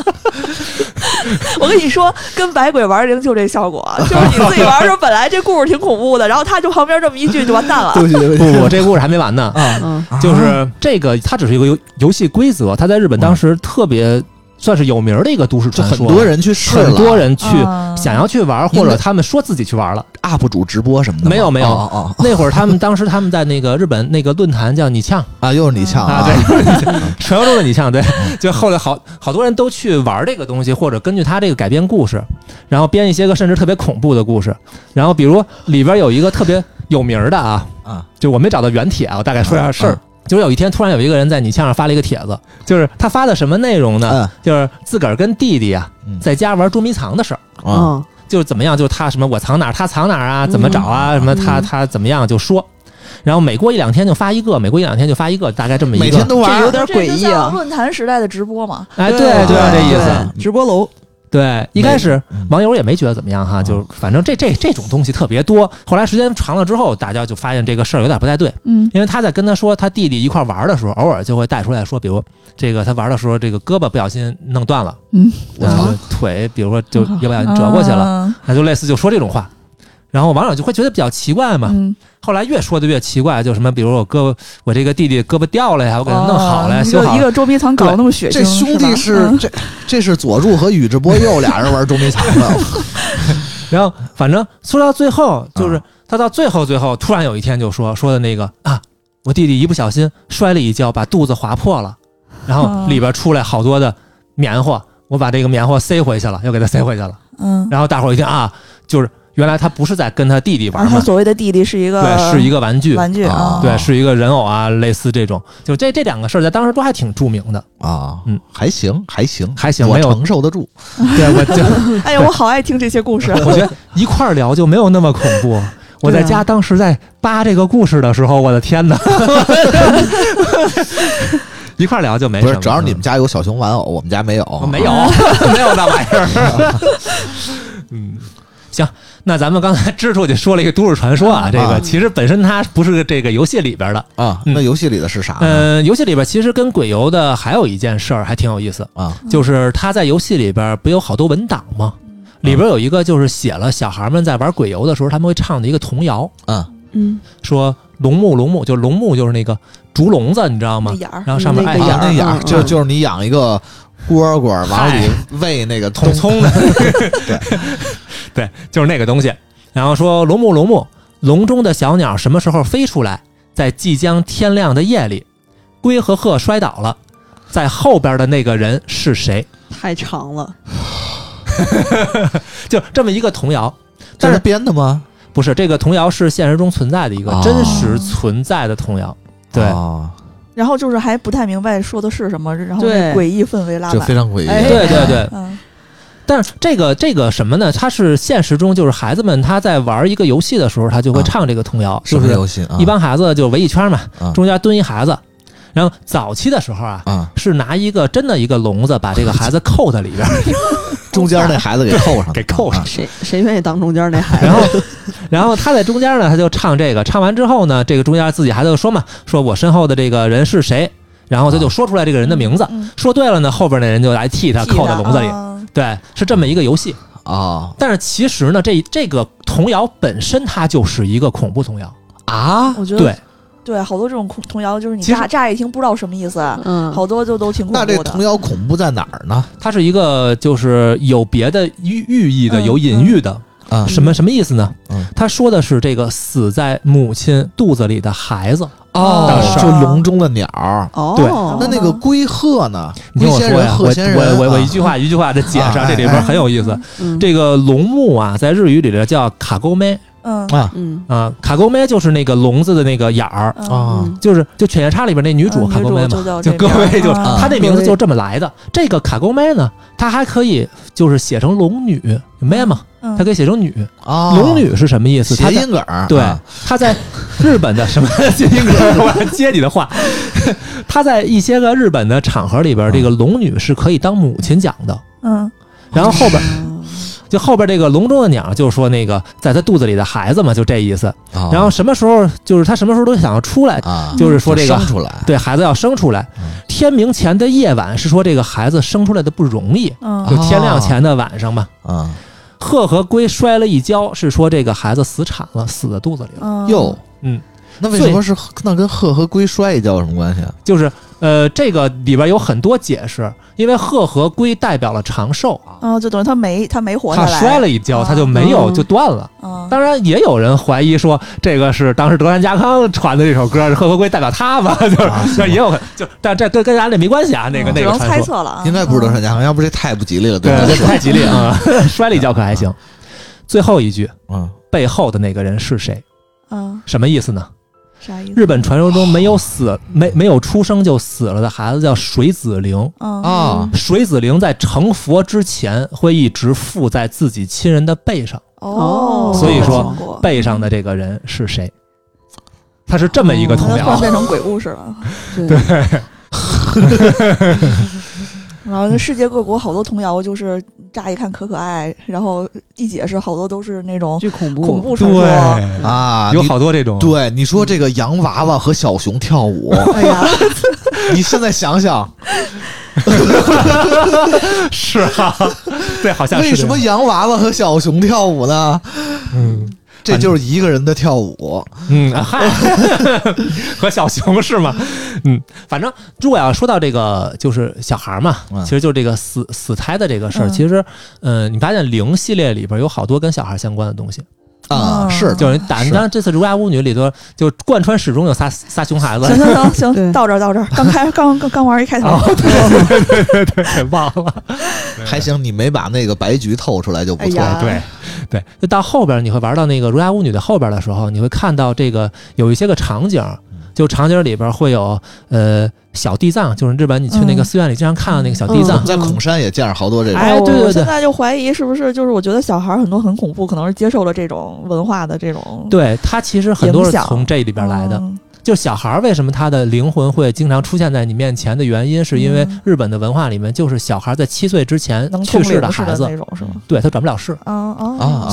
我跟你说，跟百鬼玩灵就这效果，就是你自己玩的时候，本来这故事挺恐怖的，然后他就旁边这么一句就完蛋了。 对不起，对不起， 不，我这故事还没完呢。啊，就是这个，它只是一个游游戏规则，它在日本当时特别。算是有名的一个都市传说， 很多人去试了， 很多人去、啊、想要去玩，或者他们说自己去玩了。 U P 主直播什么的没有没有， 哦哦、 那会儿他们当时他们在那个日本那个论坛叫你呛啊，又是你呛啊，对，传说中的你呛，对，就后来好好多人都去玩这个东西，或者根据他这个改编故事，然后编一些个甚至特别恐怖的故事，然后比如里边有一个特别有名的啊啊，就我没找到原帖啊，我大概说一下事儿。啊啊就是有一天，突然有一个人在你呛上发了一个帖子，就是他发的什么内容呢？嗯、就是自个儿跟弟弟啊，在家玩捉迷藏的事儿。 嗯， 就是怎么样，就是他什么我藏哪儿，他藏哪儿啊，怎么找啊，嗯、什么他他怎么样就说。然后每过一两天就发一个，每过一两天就发一个，大概这么一个。 每天都玩， 这有点诡异啊！ 论坛时代的直播嘛， 哎，对，就像这意思， 直播楼。 对，一开始网友也没觉得怎么样哈，就反正这这这种东西特别多。后来时间长了之后，大家就发现这个事儿有点不太对。嗯，因为他在跟他说他弟弟一块玩的时候，偶尔就会带出来说，比如这个他玩的时候，这个胳膊不小心弄断了，嗯，然后腿比如说就要不小心折过去了，那就类似就说这种话。然后网友就会觉得比较奇怪嘛，嗯、后来越说的越奇怪，就什么，比如我胳膊，我这个弟弟胳膊掉了呀，我给他弄好了，哦、修好了。 一个捉迷藏搞得那么血腥， 这兄弟是、嗯、这这是佐助和宇智波鼬俩人玩捉迷藏的。 然后反正说到最后，就是他到最后最后突然有一天就说说的那个啊，我弟弟一不小心摔了一跤，把肚子划破了，然后里边出来好多的棉花，我把这个棉花塞回去了，又给他塞回去了。嗯，然后大伙儿一听啊，就是。原来他不是在跟他弟弟玩， 他所谓的弟弟是一个对，是一个玩具， 玩具啊， 对，是一个人偶啊，类似这种，就这这两个事儿在当时都还挺著名的啊，嗯，还行，还行， 还行， 我承受得住。 对，我就， 哎呀，我好爱听这些故事。 我觉得一块儿聊就没有那么恐怖。我在家当时在扒这个故事的时候，我的天哪！一块聊就没什么， 不是，主要是你们家有小熊玩偶，我们家没有， 没有，没有那玩意儿。嗯。行，那咱们刚才支出去说了一个都市传说啊，这个其实本身它不是这个游戏里边的啊。那游戏里的是啥？ 嗯、呃，游戏里边其实跟鬼游的还有一件事儿还挺有意思啊，就是他在游戏里边不有好多文档吗？ 里边有一个就是写了小孩们在玩鬼游的时候他们会唱的一个童谣， 嗯嗯， 说龙目龙目，就是龙目就是那个竹笼子，你知道吗？然后上面那哎啊那眼儿， 嗯就就是你养一个蝈蝈往里喂那个葱葱的， 对对，就是那个东西。然后说龙目龙目，笼中的小鸟什么时候飞出来？在即将天亮的夜里，龟和鹤摔倒了，在后边的那个人是谁？ 太长了， 就这么一个童谣。 这是编的吗？ 不是，这个童谣是现实中存在的一个哦真实存在的童谣。对。 哦然后就是还不太明白说的是什么，然后对诡异氛围拉满， 这非常诡异。 哎对对对， 嗯但是这个这个什么呢？它是现实中就是孩子们他在玩一个游戏的时候，他就会唱这个童谣， 什就是么游戏啊？ 一帮孩子就围一圈嘛， 啊中间蹲一孩子，然后早期的时候啊， 啊， 是拿一个真的一个笼子把这个孩子扣在里边， 中间那孩子给扣上， 给扣上啊谁谁愿意当中间那孩子？ 然后然后他在中间呢，他就唱这个，唱完之后呢，这个中间自己孩子就说嘛，说我身后的这个人是谁？然后他就说出来这个人的名字， 嗯说对了呢，后边那人就来替他扣在笼子里。 啊对，是这么一个游戏。 啊但是其实呢，这这个童谣本身它就是一个恐怖童谣。 啊！ 我觉得对， 对，好多这种童谣就是你其实乍乍一听不知道什么意思， 嗯， 好多就都挺恐那怖的。 这童谣恐怖在哪儿呢？ 它是一个就是有别的寓寓意的、 嗯有隐喻的。 啊什么什么意思呢？ 嗯他说的是这个死在母亲肚子里的孩子。 哦的事儿就笼中的鸟儿。 哦， 对那那个龟鹤呢？ 你听我说呀，我龟仙人、鹤仙人， 我我我一啊句话一句话的解释， 啊这里边很有意思。 嗯这个龙目啊，在日语里边叫卡沟妹嗯啊嗯啊，卡沟妹就是那个笼子的那个眼儿， 嗯啊嗯就是就《犬夜叉》里边那女主嗯卡沟妹嘛女主就，叫就这名儿各位就啊她这名字就这么来的。这个卡沟妹呢，她还可以就是写成龙女妹嘛， 嗯她可以写成女。 啊， 龙女是什么意思？她谐在音梗儿， 对啊， 她在日本的什么谐音梗？我要接你的话，她在一些个日本的场合里边，这个龙女是可以当母亲讲的。 嗯然后后边嗯就后边这个笼中的鸟，就是说那个在她肚子里的孩子嘛，就这意思。 啊然后什么时候就是她什么时候都想要出来， 啊， 就是说这个生出来， 对孩子要生出来嗯。 天明前的夜晚是说这个孩子生出来的不容易， 嗯就天亮前的晚上嘛。 啊， 鹤和龟摔了一跤，是说这个孩子死产了，死在肚子里了。 嗯哟， 嗯， 那为什么是那跟鹤和龟摔一跤有什么关系啊？ 就是呃，这个里边有很多解释，因为鹤和龟代表了长寿， 嗯，就等于他没他没活下他来， 摔了一跤， 啊他就没有嗯就断了。 嗯， 当然，也有人怀疑说这个是当时德川家康传的这首歌，鹤和龟代表他吧，就是啊那也有可就，但这跟跟咱这没关系啊，那个嗯只能那个传说。 猜测了啊， 应该不是德川家康，要不这太不吉利了， 对吧？ 这太吉利啊！摔了一跤可还行。最后一句， 嗯背后的那个人是谁？ 嗯， 什么意思呢？ 啥意思？ 日本传说中没有死没没有出生就死了的孩子叫水子灵。 嗯啊水子灵在成佛之前会一直附在自己亲人的背上， 哦， 所以说听过背上的这个人是谁？他是这么一个童谣那突然。变成鬼故事了。 对， 然后世界各国好多童谣，就是乍一看可可爱，然后一解释好多都是那种巨恐怖， 恐怖传说。 啊， 有你好多这种。 对你说这个洋娃娃和小熊跳舞， 哎呀， 你现在想想， 是啊，对，好像是为什么洋娃娃和小熊跳舞呢？ 嗯这就是一个人的跳舞。 嗯，嗨，和小熊是吗？嗯，反正如果要说到这个，就是小孩嘛， 嗯其实就是这个死死胎的这个事儿。 嗯其实，嗯、你发现零系列里边有好多跟小孩相关的东西， 啊， 嗯是就是你打，你看这次《儒家巫女》里头就贯穿始终有仨仨熊孩子。 行行行行， 对到这儿到这儿，刚开刚刚刚玩一开头， 对，忘了。 还行，你没把那个白菊透出来就不错。 哎呀对对，就到后边你会玩到那个《儒家巫女》的后边的时候，你会看到这个有一些个场景，就场景里边会有呃小地藏，就是日本你去那个寺院里经常看到那个小地藏。 在孔山也见着好多这种。 哎对对对我现在就怀疑是不是就是我觉得小孩很多很恐怖，可能是接受了这种文化的这种对，它其实很多是影响从这里边来的。 嗯就小孩为什么他的灵魂会经常出现在你面前的原因，是因为嗯日本的文化里面，就是小孩在七岁之前能去世的的孩子那，种是吗？ 对他转不了世， 啊啊啊所以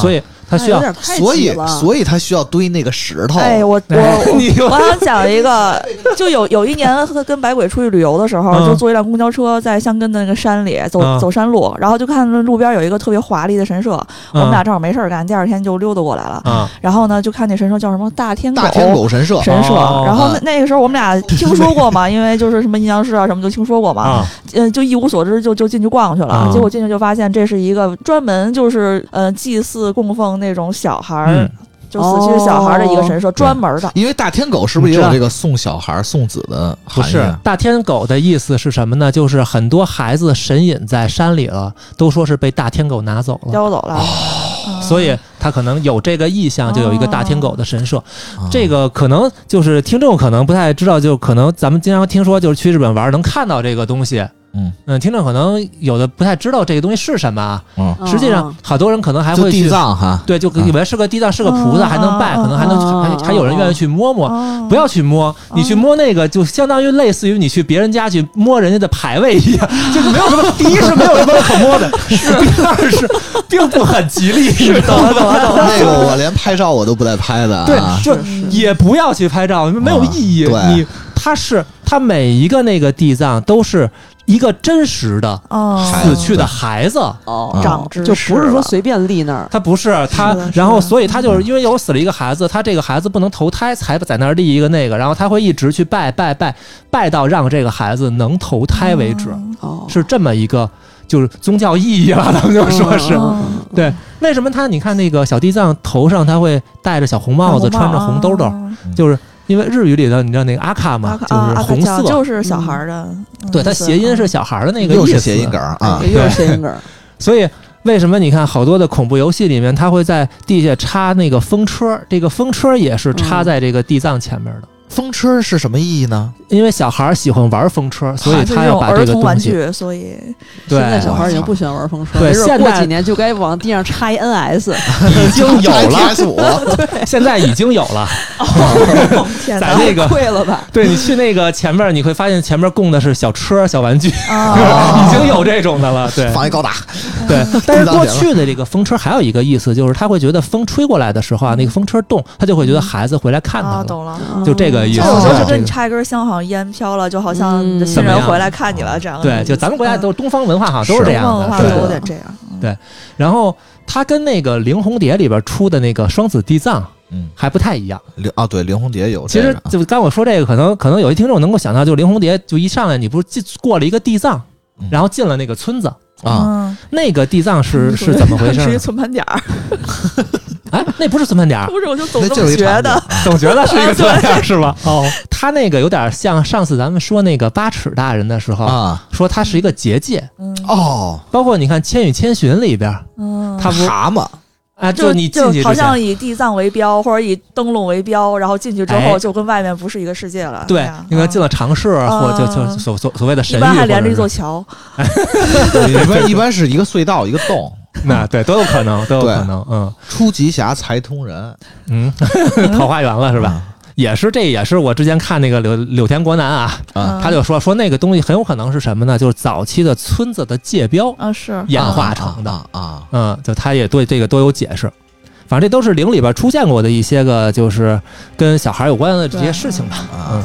它需要， 所以所以它需要堆那个石头。 哎，我我我想讲一个，就有有一年跟百鬼出去旅游的时候，嗯、就坐一辆公交车在香根的那个山里走、嗯、走山路，然后就看路边有一个特别华丽的神社，嗯、我们俩正好没事干，第二天就溜达过来了。 嗯、 然后呢，就看那神社叫什么大天狗大天狗神社神社。 哦、 然后那那个时候我们俩听说过嘛，因为就是什么阴阳师啊什么都听说过嘛，嗯、呃，就一无所知就就进去逛去了。嗯、结果进去就发现这是一个专门就是呃祭祀供奉那种小孩。嗯就死去小孩的一个神社，哦、专门的。 因为大天狗是不是也有这个送小孩、送子的含义？ 不是，大天狗的意思是什么呢？就是很多孩子神隐在山里了，都说是被大天狗拿走了， 叼走了。 哦嗯、 所以他可能有这个意向，就有一个大天狗的神社。哦、这个可能就是听众可能不太知道，就可能咱们经常听说，就是去日本玩能看到这个东西。 嗯嗯，听众可能有的不太知道这个东西是什么。 嗯， 实际上好多人可能还会去地藏哈， 对，就以为是个地藏，是个菩萨，还能拜，可能还能还还有人愿意去摸摸。不要去摸，你去摸那个就相当于类似于你去别人家去摸人家的牌位一样，就没有什么。第一是没有什么可摸的，第二是并不很吉利。 是懂了懂了懂了。 那个我连拍照我都不带拍的。 对，就也不要去拍照，没有意义。你它是它每一个那个地藏都是。一个真实的死去的孩子哦，长知识就不是说随便立那儿， 他不是他，然后所以他就是因为有死了一个孩子，他这个孩子不能投胎，才在那儿立一个那个，然后他会一直去拜拜拜拜到让这个孩子能投胎为止， 哦， 是这么一个就是宗教意义了，他们就说是对。为什么他你看那个小地藏头上他会戴着小红帽子，穿着红兜兜，就是。因为日语里的你知道那个阿卡嘛，就是红色， 就是小孩的， 对，它谐音是小孩的那个意思， 又是谐音梗啊， 又是谐音梗。 所以为什么你看好多的恐怖游戏里面，它会在地下插那个风车，这个风车也是插在这个地藏前面的。 风车是什么意义呢？ 因为小孩喜欢玩风车，所以他要把这个东西。 所以对， 现在小孩已经不喜欢玩风车， 对，现在过几年就该往地上插一 N S， 已经有了。 对， 现在已经有了。 哦、 在那个贵了吧？ 对，你去那个前面，你会发现前面供的是小车、小玩具，哦、已经有这种的了。对， 放一高达。 对，但是过去的这个风车还有一个意思，就是他会觉得风吹过来的时候啊，那个风车动，他就会觉得孩子回来看他了。 啊，懂了， 就这个意思。 有时候跟你插一根香，好像烟飘了，就好像你的亲人回来看你了，这样。 对，就咱们国家都是东方文化，好像都是这样的， 东方文化都有点这样。 对，然后它跟那个《灵红蝶》里边出的那个双子地藏，嗯，还不太一样。 啊，对，《灵红蝶》有。 其实就刚我说这个，可能可能有些听众能够想到，就《灵红蝶》就一上来，你不是进过了一个地藏，然后进了那个村子啊，那个地藏是是怎么回事？ 是一个存盘点儿。 哎，那不是存盘点儿， 不是，我就总这么觉得， 总觉得是一个存盘点儿是吧？哦，他那个有点像上次咱们说那个八尺大人的时候啊，说他是一个结界。 哦， 包括你看《千与千寻》里边，嗯，他不蛤蟆。 啊，就你进去好像以地藏为标，或者以灯笼为标，然后进去之后就跟外面不是一个世界了。 对，应该进了常设，或就就所所所谓的神域， 一般还连着一座桥。 一般一般是一个隧道，一个洞。 那对都有可能，都有可能。嗯， 初级侠财通人， 嗯，桃花源了是吧？也是，这也是我之前看那个柳柳田国男啊，啊他就说说那个东西很有可能是什么呢？就是早期的村子的界标啊，是演化成的啊, 啊, 啊， 嗯，就他也对这个都有解释。反正这都是灵里边出现过的一些个，就是跟小孩有关的这些事情吧。嗯。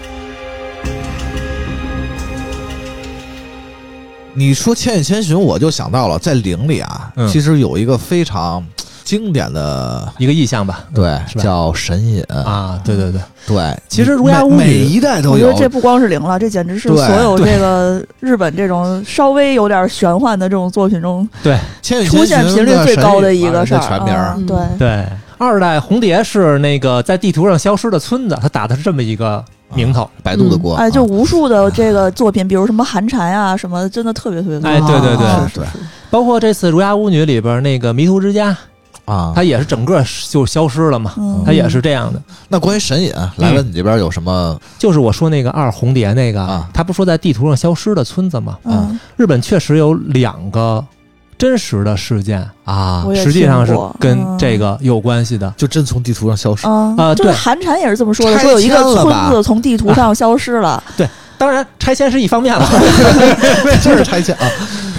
你说《千与千寻》，我就想到了在灵里啊，嗯、其实有一个非常经典的一个意象吧， 对，叫神隐啊，对对对对。 其实《儒家物语》 每一代都有， 我觉得这不光是灵了，这简直是所有这个日本这种稍微有点玄幻的这种作品中， 对出现频率最高的一个事儿。 全名、 嗯、对对，二代红蝶是那个在地图上消失的村子，他打的是这么一个名头， 百度的锅、 嗯，哎，就无数的这个作品，比如什么寒蝉啊，什么真的特别特别多。 哎，对对对啊、对， 包括这次《儒家巫女》里边那个迷途之家啊， 它也是整个就消失了嘛， 嗯、 它也是这样的。 那关于神隐，来文你这边有什么？ 就是我说那个二红蝶那个， 啊、 他不说在地图上消失的村子吗？ 嗯， 日本确实有两个真实的事件啊， 实际上是跟这个有关系的， 嗯、就真从地图上消失啊、 呃。 就是寒蝉也是这么说的，说有一个村子从地图上消失了。 啊、对，当然拆迁是一方面了， 这是拆迁啊。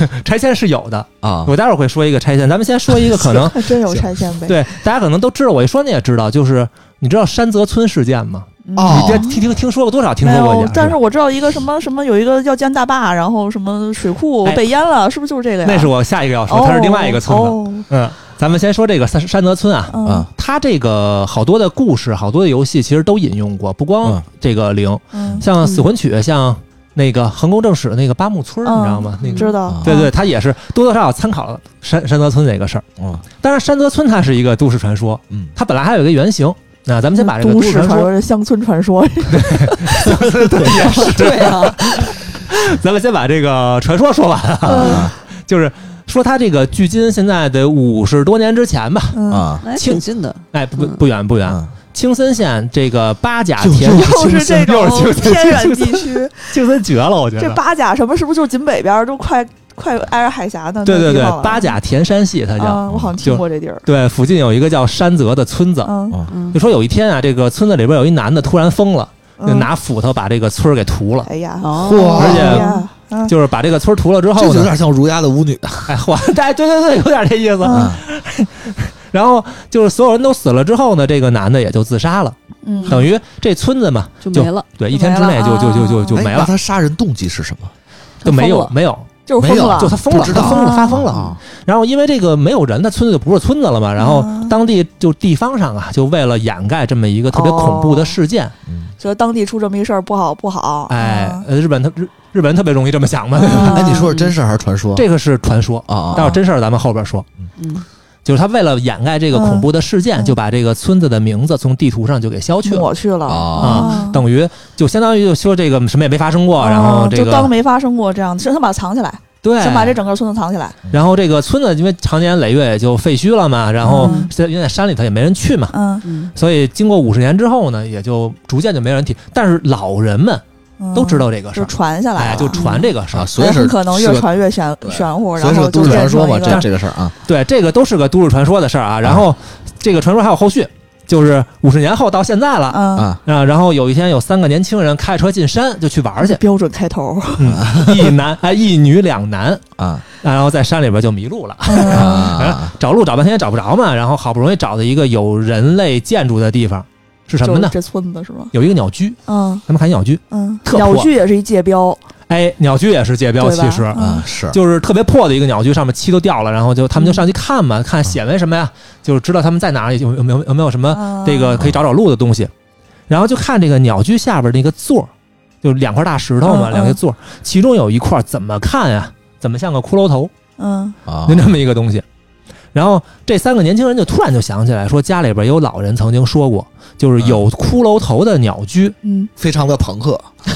拆迁是有的啊， 我待会儿会说一个拆迁，咱们先说一个可能还真有拆迁呗。 对，大家可能都知道，我一说你也知道，就是你知道山泽村事件吗？ 哦， 你这听听听说过多少？听说过一点， 但是我知道一个什么什么有一个要建大坝，然后什么水库被淹了，是不是就是这个呀？ 那是我下一个要说，它是另外一个村子。嗯，咱们先说这个山山泽村啊， 嗯， 它这个好多的故事、好多的游戏其实都引用过，不光这个零，像死魂曲，像那个横宫正史那个八木村，你知道吗？那个知道， 对对，它也是多多少少参考了山山泽村这个事儿。嗯，当然山泽村它是一个都市传说，嗯，它本来还有一个原型。那咱们先把这个都市传说、乡村传说， 乡村对也是对啊。 咱们先把这个传说说完啊，就是说他这个距今现在得五十多年之前吧， 啊，挺近的， 哎，不不远不远。青森县这个八甲田， 又是这种偏远地区， 青森绝了，我觉得。 这八甲什么是不是就是紧北边，都快快挨着海峡呢？ 对对对，八甲田山系它叫， 我好像听过这地儿。 对，附近有一个叫山泽的村子，就说有一天啊，这个村子里边有一男的突然疯了，就拿斧头把这个村给屠了。 哎呀， 而且就是把这个村屠了之后呢， 有点像儒家的舞女。 哎，我哎，对对对，有点这意思。然后就是所有人都死了之后呢，这个男的也就自杀了。嗯，等于这村子嘛就没了， 对，一天之内就就就就就没了。 那他杀人动机是什么？ 就没有没有， 就是疯了， 就他疯了，他疯了，发疯了。然后因为这个没有人，他村子就不是村子了嘛。然后当地就地方上啊，就为了掩盖这么一个特别恐怖的事件， 说当地出这么一事儿不好不好。 哎，日本他日日本人特别容易这么想嘛。 哎，你说是真事还是传说？ 这个是传说啊， 待会儿真事儿咱们后边说。嗯。就是他为了掩盖这个恐怖的事件，就把这个村子的名字从地图上就给消去了， 抹去了啊，等于就相当于就说这个什么也没发生过，然后这个就当没发生过这样，想把它藏起来， 对， 想把这整个村子藏起来。 然后这个村子因为长年累月也就废墟了嘛，然后因为在山里头也没人去嘛，嗯，所以经过五十年之后呢，也就逐渐就没人提，但是老人们都知道这个事儿， 就传下来， 哎，就传这个事儿， 所以很可能越传越玄玄乎，然后都市传说嘛，这这个事儿啊， 对，这个都是个都市传说的事儿啊。然后这个传说还有后续，就是五十年后到现在了啊，然后有一天有三个年轻人开车进山就去玩去， 标准开头， 一男哎一女两男啊，然后在山里边就迷路了，找路找半天也找不着嘛，然后好不容易找到一个有人类建筑的地方。是什么呢？ 这村子是吗？ 有一个鸟居，嗯，咱们看鸟居， 嗯，鸟居也是一界标， 哎，鸟居也是界标，其实啊是， 就是特别破的一个鸟居，上面漆都掉了，然后就他们就上去看嘛，看显为什么呀？就是知道他们在哪儿，有有没有有没有什么这个可以找找路的东西，然后就看这个鸟居下边那个座，就两块大石头嘛，两个座，其中有一块怎么看呀？怎么像个骷髅头？嗯啊，就这么一个东西。然后这三个年轻人就突然就想起来，说家里边有老人曾经说过，就是有骷髅头的鸟居， 嗯，非常的朋克，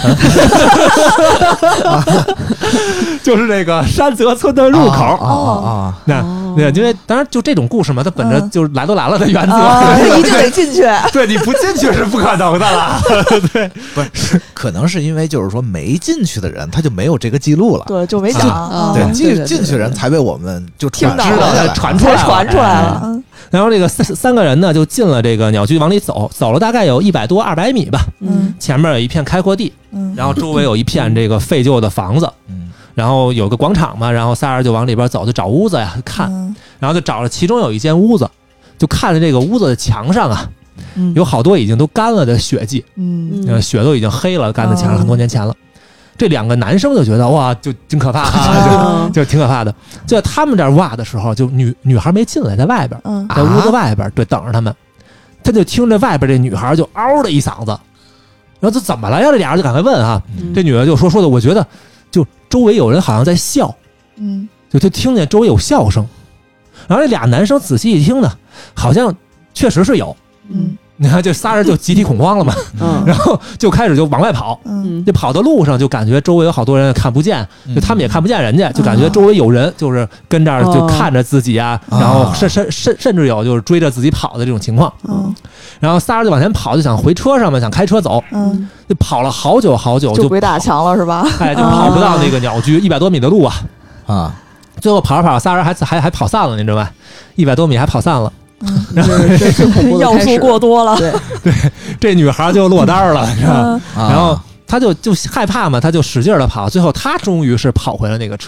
就是这个山泽村的入口啊啊！ 那那因为当然就这种故事嘛，它本着就是来都来了的原则， 一定得进去。 对，你不进去是不可能的了。对， 不是，可能是因为就是说没进去的人他就没有这个记录了， 对，就没讲。 对，进进去人才被我们就听到了，传出来， 传出来了。 然后这个三三个人呢，就进了这个鸟居，往里走，走了大概有一百多、二百米吧。嗯，前面有一片开阔地，嗯，然后周围有一片这个废旧的房子，嗯，然后有个广场嘛，然后仨人就往里边走，就找屋子呀看，然后就找了其中有一间屋子，就看着这个屋子的墙上啊，有好多已经都干了的血迹，嗯，血都已经黑了，干在墙上很多年前了。这两个男生就觉得哇，就挺可怕啊，就就挺可怕的。就在他们这儿挖的时候，就女女孩没进来，在外边，在屋子外边，对，等着他们。他就听着外边这女孩就嗷的一嗓子，然后这怎么了呀？这俩人就赶快问啊。这女的就说说的，我觉得就周围有人好像在笑，嗯，就就听见周围有笑声。然后这俩男生仔细一听呢，好像确实是有，嗯。你看这仨人就集体恐慌了嘛，嗯，然后就开始就往外跑，嗯，就跑到路上就感觉周围有好多人看不见，就他们也看不见人家，就感觉周围有人就是跟这儿就看着自己啊，然后甚甚甚甚至有就是追着自己跑的这种情况，嗯，然后仨人就往前跑，就想回车上嘛，想开车走，嗯，就跑了好久好久， 就鬼打墙了是吧？ 哎，就跑不到那个鸟居，一百多米的路啊，啊，最后跑着跑着，仨人还还还跑散了，你知道吧？一百多米还跑散了。 嗯，这是恐怖的要素过多了。 对对，这女孩就落单了，是吧？嗯、然后她就就害怕嘛，她就使劲的跑，最后她终于是跑回了那个车。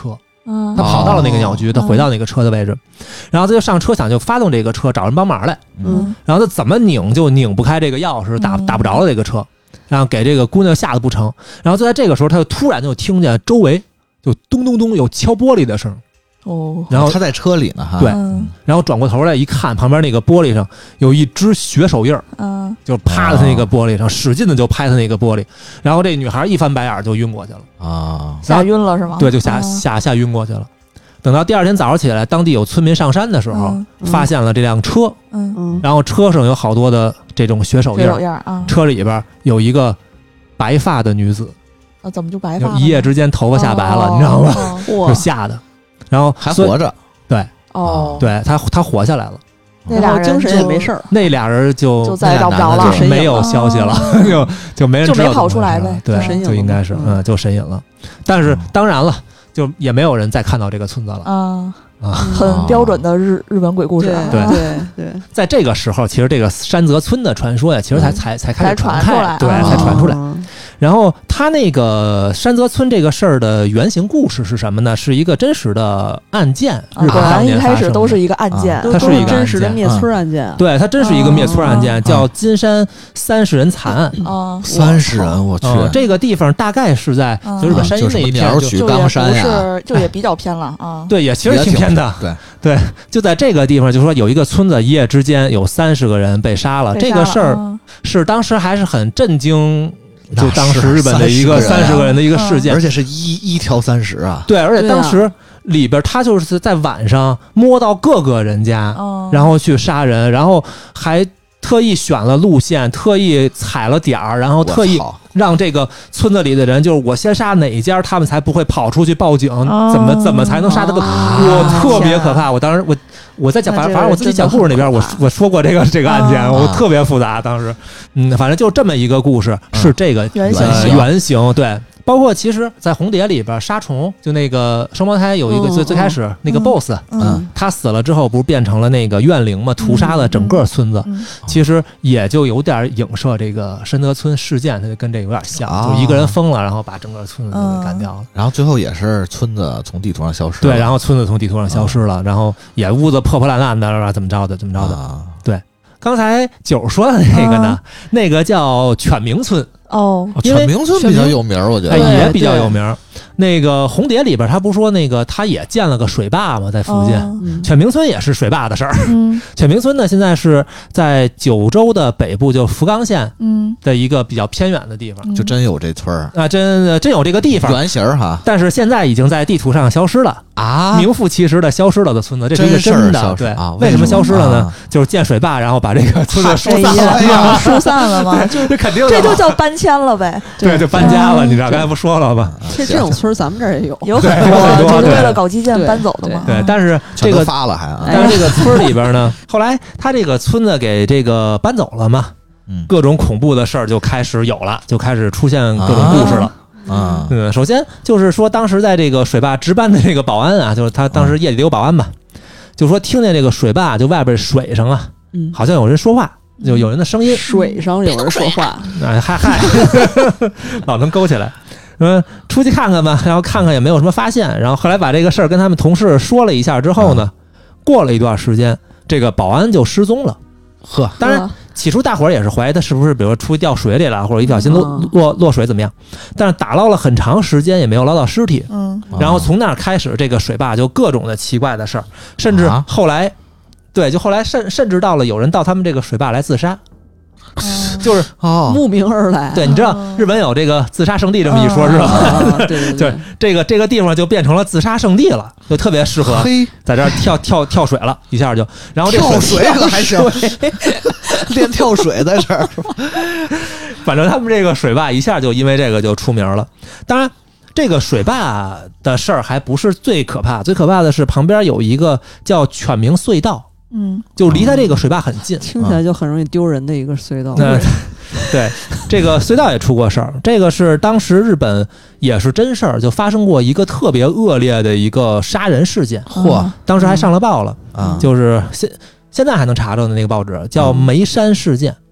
嗯， 他跑到了那个鸟居，他回到那个车的位置，然后他就上车想就发动这个车找人帮忙来， 嗯， 然后他怎么拧就拧不开这个钥匙，打打不着了这个车，然后给这个姑娘吓得不成，然后就在这个时候，他就突然就听见周围就咚咚咚有敲玻璃的声。 哦， 然后他在车里呢，哈， 对，然后转过头来一看，旁边那个玻璃上有一只血手印儿， 嗯， 就趴在那个玻璃上，使劲的就拍他那个玻璃，然后这女孩一翻白眼就晕过去了啊， 吓晕了是吗？ 对，就吓吓吓晕过去了。等到第二天早上起来，当地有村民上山的时候， 嗯、 发现了这辆车， 嗯， 然后车上有好多的这种血手印， 血手印啊， 车里边有一个白发的女子， 啊，怎么就白发了？ 一夜之间头发吓白了， 哦、 你知道吗？ 哦、 就吓的。然后还活着， 对， 哦， 对他他活下来了， 那俩人精神也没事儿， 那俩人就就再也找不着了， 就没有消息了， 哦、 就就没人就没跑出来呗， 对，就应该是嗯，就神隐了。但是当然了，就也没有人再看到这个村子了啊。 啊， 很标准的日日本鬼故事， 对对对。 在这个时候，其实这个山泽村的传说呀，其实才才才开始传出来，对，才传出来。然后他那个山泽村这个事儿的原型故事是什么呢？是一个真实的案件，日本当年一开始都是一个案件， 它是一个真实的灭村案件。 对，它真是一个灭村案件，叫金山三十人惨案。 啊， 三十人，我去， 这个地方大概是在就日本山阴那一片， 鸟取冈山呀， 就也比较偏了啊。 对，也其实挺偏的。 对对，就在这个地方，就说有一个村子一夜之间有三十个人被杀了，这个事儿是当时还是很震惊。就当时日本的一个三十个人的一个事件， 而且是一一挑三十啊！ 对，而且当时里边他就是在晚上摸到各个人家，然后去杀人，然后还特意选了路线，特意踩了点儿，然后特意让这个村子里的人，就是我先杀哪一家，他们才不会跑出去报警，怎么怎么才能杀得更？我特别可怕！我当时我我在讲，反正反正我自己讲故事那边，我我说过这个这个案件，我特别复杂。当时，嗯，反正就这么一个故事，是这个原型原型对。包括其实，在红蝶里边，杀虫就那个双胞胎有一个最最开始那个 boss， 嗯， 他死了之后不是变成了那个怨灵嘛，屠杀了整个村子，其实也就有点影射这个山泽村事件，它就跟这有点像，就一个人疯了，然后把整个村子都干掉了， 然后最后也是村子从地图上消失了， 对，然后村子从地图上消失了，然后也屋子破破烂烂的，怎么着的怎么着的，对。刚才九说的那个呢，那个叫犬鸣村。 哦， 犬鸣村比较有名，我觉得也比较有名。那个红蝶里边，他不说那个他也建了个水坝嘛，在附近。哦嗯、犬鸣村也是水坝的事儿。嗯、犬鸣村呢，现在是在九州的北部，就福冈县的一个比较偏远的地方。 嗯、就真有这村儿啊，真真有这个地方原型哈。 但是现在已经在地图上消失了啊， 名副其实的消失了的村子，这是一个真的。对啊， 为什么消失了呢？ 啊、 就是建水坝，然后把这个村子疏散了， 哎呀疏散了吗？就这肯定， 这就叫搬迁了呗。 对，就搬家了。你知道刚才不说了吗？ 其实这种村咱们这儿也有。 有很多就是为了搞基建搬走的嘛。 对，但是这个发了还， 但是这个村里边呢，后来他这个村子给这个搬走了嘛，各种恐怖的事儿就开始有了，就开始出现各种故事了。 啊， 嗯，首先就是说，当时在这个水坝值班的这个保安啊，就是他当时夜里有保安嘛，就说听见这个水坝就外边水上啊，嗯，好像有人说话。就有人的声音， 水上有人说话， 哎嗨嗨，老能勾起来。嗯，出去看看吧，然后看看也没有什么发现，然后后来把这个事儿跟他们同事说了一下之后呢，过了一段时间，这个保安就失踪了。 呵， 当然起初大伙儿也是怀疑他是不是比如说出去掉水里了，或者一不小心落落落水怎么样，但是打捞了很长时间也没有捞到尸体。嗯，然后从那儿开始，这个水坝就各种的奇怪的事儿，甚至后来。对，就后来甚甚至到了有人到他们这个水坝来自杀，嗯、就是哦慕名而来。 对，你知道日本有这个自杀圣地这么一说是吧？ 哦、对对对， 就是这个这个地方就变成了自杀圣地了，就特别适合在这儿跳跳跳水了，一下就，然后这跳水可还行，练跳水在这儿， 反正他们这个水坝一下就因为这个就出名了。当然。这个水坝的事儿还不是最可怕，最可怕的是旁边有一个叫犬鸣隧道，嗯，就离它这个水坝很近， 听起来就很容易丢人的一个隧道。 嗯，对，这个隧道也出过事儿，这个是当时日本也是真事儿，就发生过一个特别恶劣的一个杀人事件， 嚯， 当时还上了报了， 啊， 就是现现在还能查着的那个报纸叫梅山事件。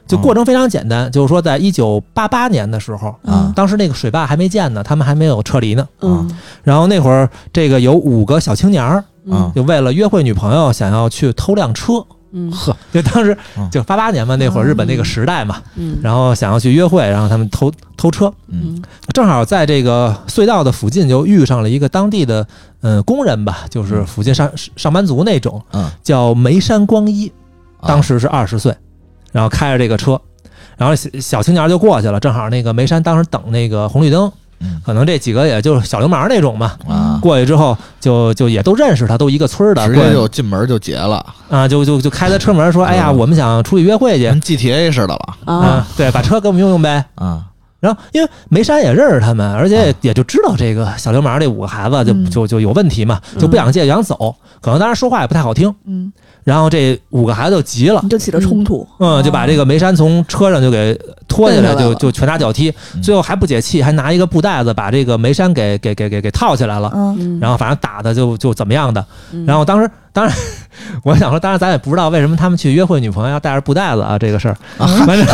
就过程非常简单，就是说在一九八八年的时候， 嗯， 当时那个水坝还没建呢，他们还没有撤离呢， 嗯， 然后那会儿这个有五个小青年儿， 嗯， 就为了约会女朋友，想要去偷辆车。 嗯， 呵， 就当时就八八年嘛，那会儿日本那个时代嘛， 嗯， 然后想要去约会，然后他们偷偷车， 嗯， 正好在这个隧道的附近就遇上了一个当地的嗯工人吧，就是附近上上班族那种， 嗯， 叫梅山光一，当时是二十岁，然后开着这个车，然后小小青年就过去了，正好那个梅山当时等那个红绿灯。 嗯， 可能这几个也就是小流氓那种嘛， 啊， 过去之后就就也都认识他，都一个村的， 直接就进门就结了啊，就就就开他车门说，哎呀，我们想出去约会去， 跟 G T A 似的了啊，对，把车给我们用用呗， 啊。 然后因为梅山也认识他们，而且也就知道这个小流氓这五个孩子就就就有问题嘛，就不想借就想走，可能当时说话也不太好听， 嗯， 然后这五个孩子就急了， 就起了冲突， 嗯，就把这个梅山从车上就给拖下来，就就拳打脚踢，最后还不解气，还拿一个布袋子把这个梅山给给给给给套起来了， 嗯， 然后反正打的就就怎么样的，然后当时当然我想说，当然咱也不知道为什么他们去约会女朋友要带着布袋子啊，这个事儿，反正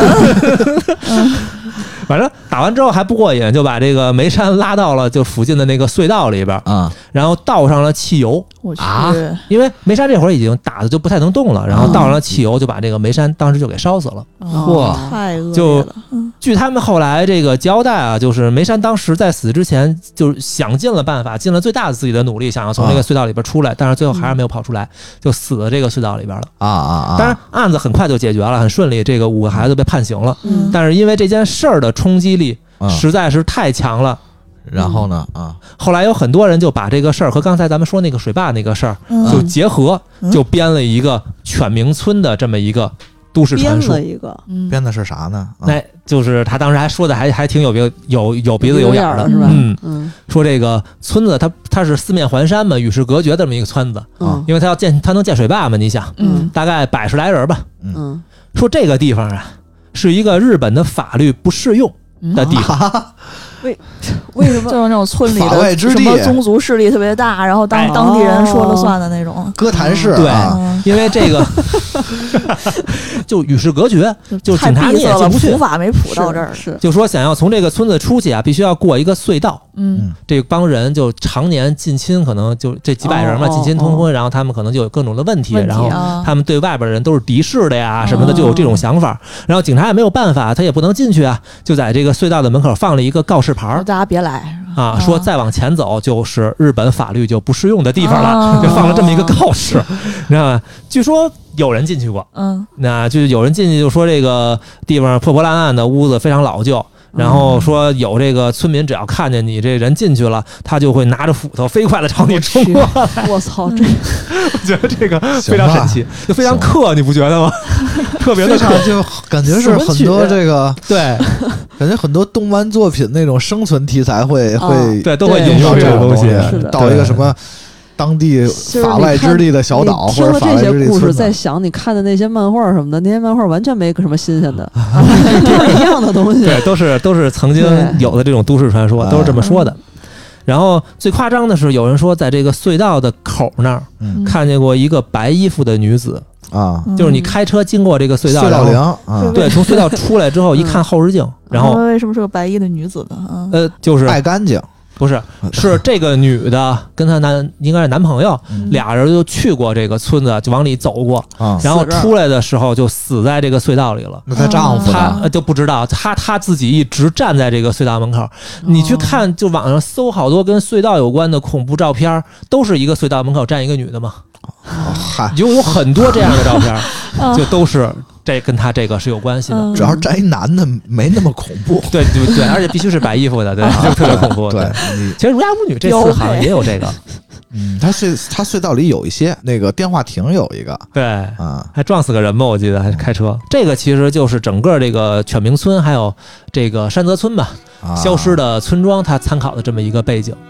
反正打完之后还不过瘾，就把这个梅山拉到了就附近的那个隧道里边啊， 然后倒上了汽油。 我去， 因为梅山这会儿已经打的就不太能动了，然后倒上了汽油，就把这个梅山当时就给烧死了。 哇，太恶就劣了。 据他们后来这个交代啊，就是梅山当时在死之前，就是想尽了办法，尽了最大的自己的努力，想要从这个隧道里边出来，但是最后还是没有跑出来，就死在这个隧道里边了。 啊啊啊！ 当然，案子很快就解决了，很顺利，这个五个孩子被判刑了。 嗯， 但是因为这件事儿的冲击力实在是太强了。 然后呢？啊， 后来有很多人就把这个事儿和刚才咱们说那个水坝那个事儿就结合，就编了一个犬鸣村的这么一个都市传说。 编了一个， 编的是啥呢？ 那就是他当时还说的还还挺有鼻有有鼻子有眼的， 是吧？ 嗯嗯， 说这个村子它它是四面环山嘛，与世隔绝的这么一个村子， 嗯， 因为它要建它能建水坝嘛，你想， 嗯， 大概百十来人吧， 嗯， 说这个地方啊是一个日本的法律不适用的地方。 为为什么就是那种村里法外之地， 什么宗族势力特别大，然后当当地人说了算的那种哥谭市。 对，因为这个就与世隔绝，就警察你也进不去， 普法没普到这儿， 是就说想要从这个村子出去啊，必须要过一个隧道。 嗯， 这帮人就常年近亲，可能就这几百人嘛，近亲通婚，然后他们可能就有各种的问题，然后他们对外边的人都是敌视的呀什么的，就有这种想法。然后警察也没有办法，他也不能进去啊，就在这个隧道的门口放了一个告示牌， 大家别来啊，说再往前走就是日本法律就不适用的地方了，就放了这么一个告示，你知道吧？据说有人进去过， 嗯， 那就有人进去就说这个地方破破烂烂的，屋子非常老旧。然后说有这个村民只要看见你这人进去了，他就会拿着斧头飞快的朝你冲过来。 我操，这我觉得这个非常神奇，就非常克，你不觉得吗？特别的克， 就感觉是很多这个对， 感觉很多动漫作品那种生存题材会会对都会引用这种东西， 到一个什么。当地法外之地的小岛，或者法外之地这些故事，在想你看的那些漫画什么的，那些漫画完全没什么新鲜的，都是一样的东西。 对，都是都是曾经有的这种都市传说，都是这么说的。然后最夸张的是，有人说在这个隧道的口那儿看见过一个白衣服的女子啊， 就是你开车经过这个隧道， 隧道铃， 对，从隧道出来之后一看后视镜，然后为什么是个白衣的女子呢？ 呃，就是爱干净。 不是，是这个女的跟她男应该是男朋友， 嗯、 俩人就去过这个村子，就往里走过， 啊、 然后出来的时候就死在这个隧道里了。 那她丈夫呢？她就不知道，她她自己一直站在这个隧道门口。哦、你去看，就网上搜好多跟隧道有关的恐怖照片，都是一个隧道门口站一个女的嘛。 嗨、哦， 就有很多这样的照片，就都是。这跟他这个是有关系的， 主要是站一男的没那么恐怖， 对对对，而且必须是白衣服的，对，就特别恐怖。 对， 其实《儒家舞女》这次好像也有这个， 嗯，他隧他隧道里有一些，那个电话亭有一个， 对，啊，还撞死个人吧，我记得还是开车。这个其实就是整个这个犬鸣村还有这个山泽村吧， 啊、 消失的村庄，它参考的这么一个背景。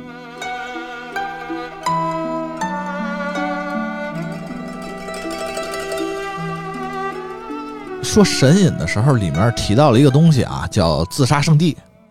说神隐的时候，里面提到了一个东西啊，叫自杀圣地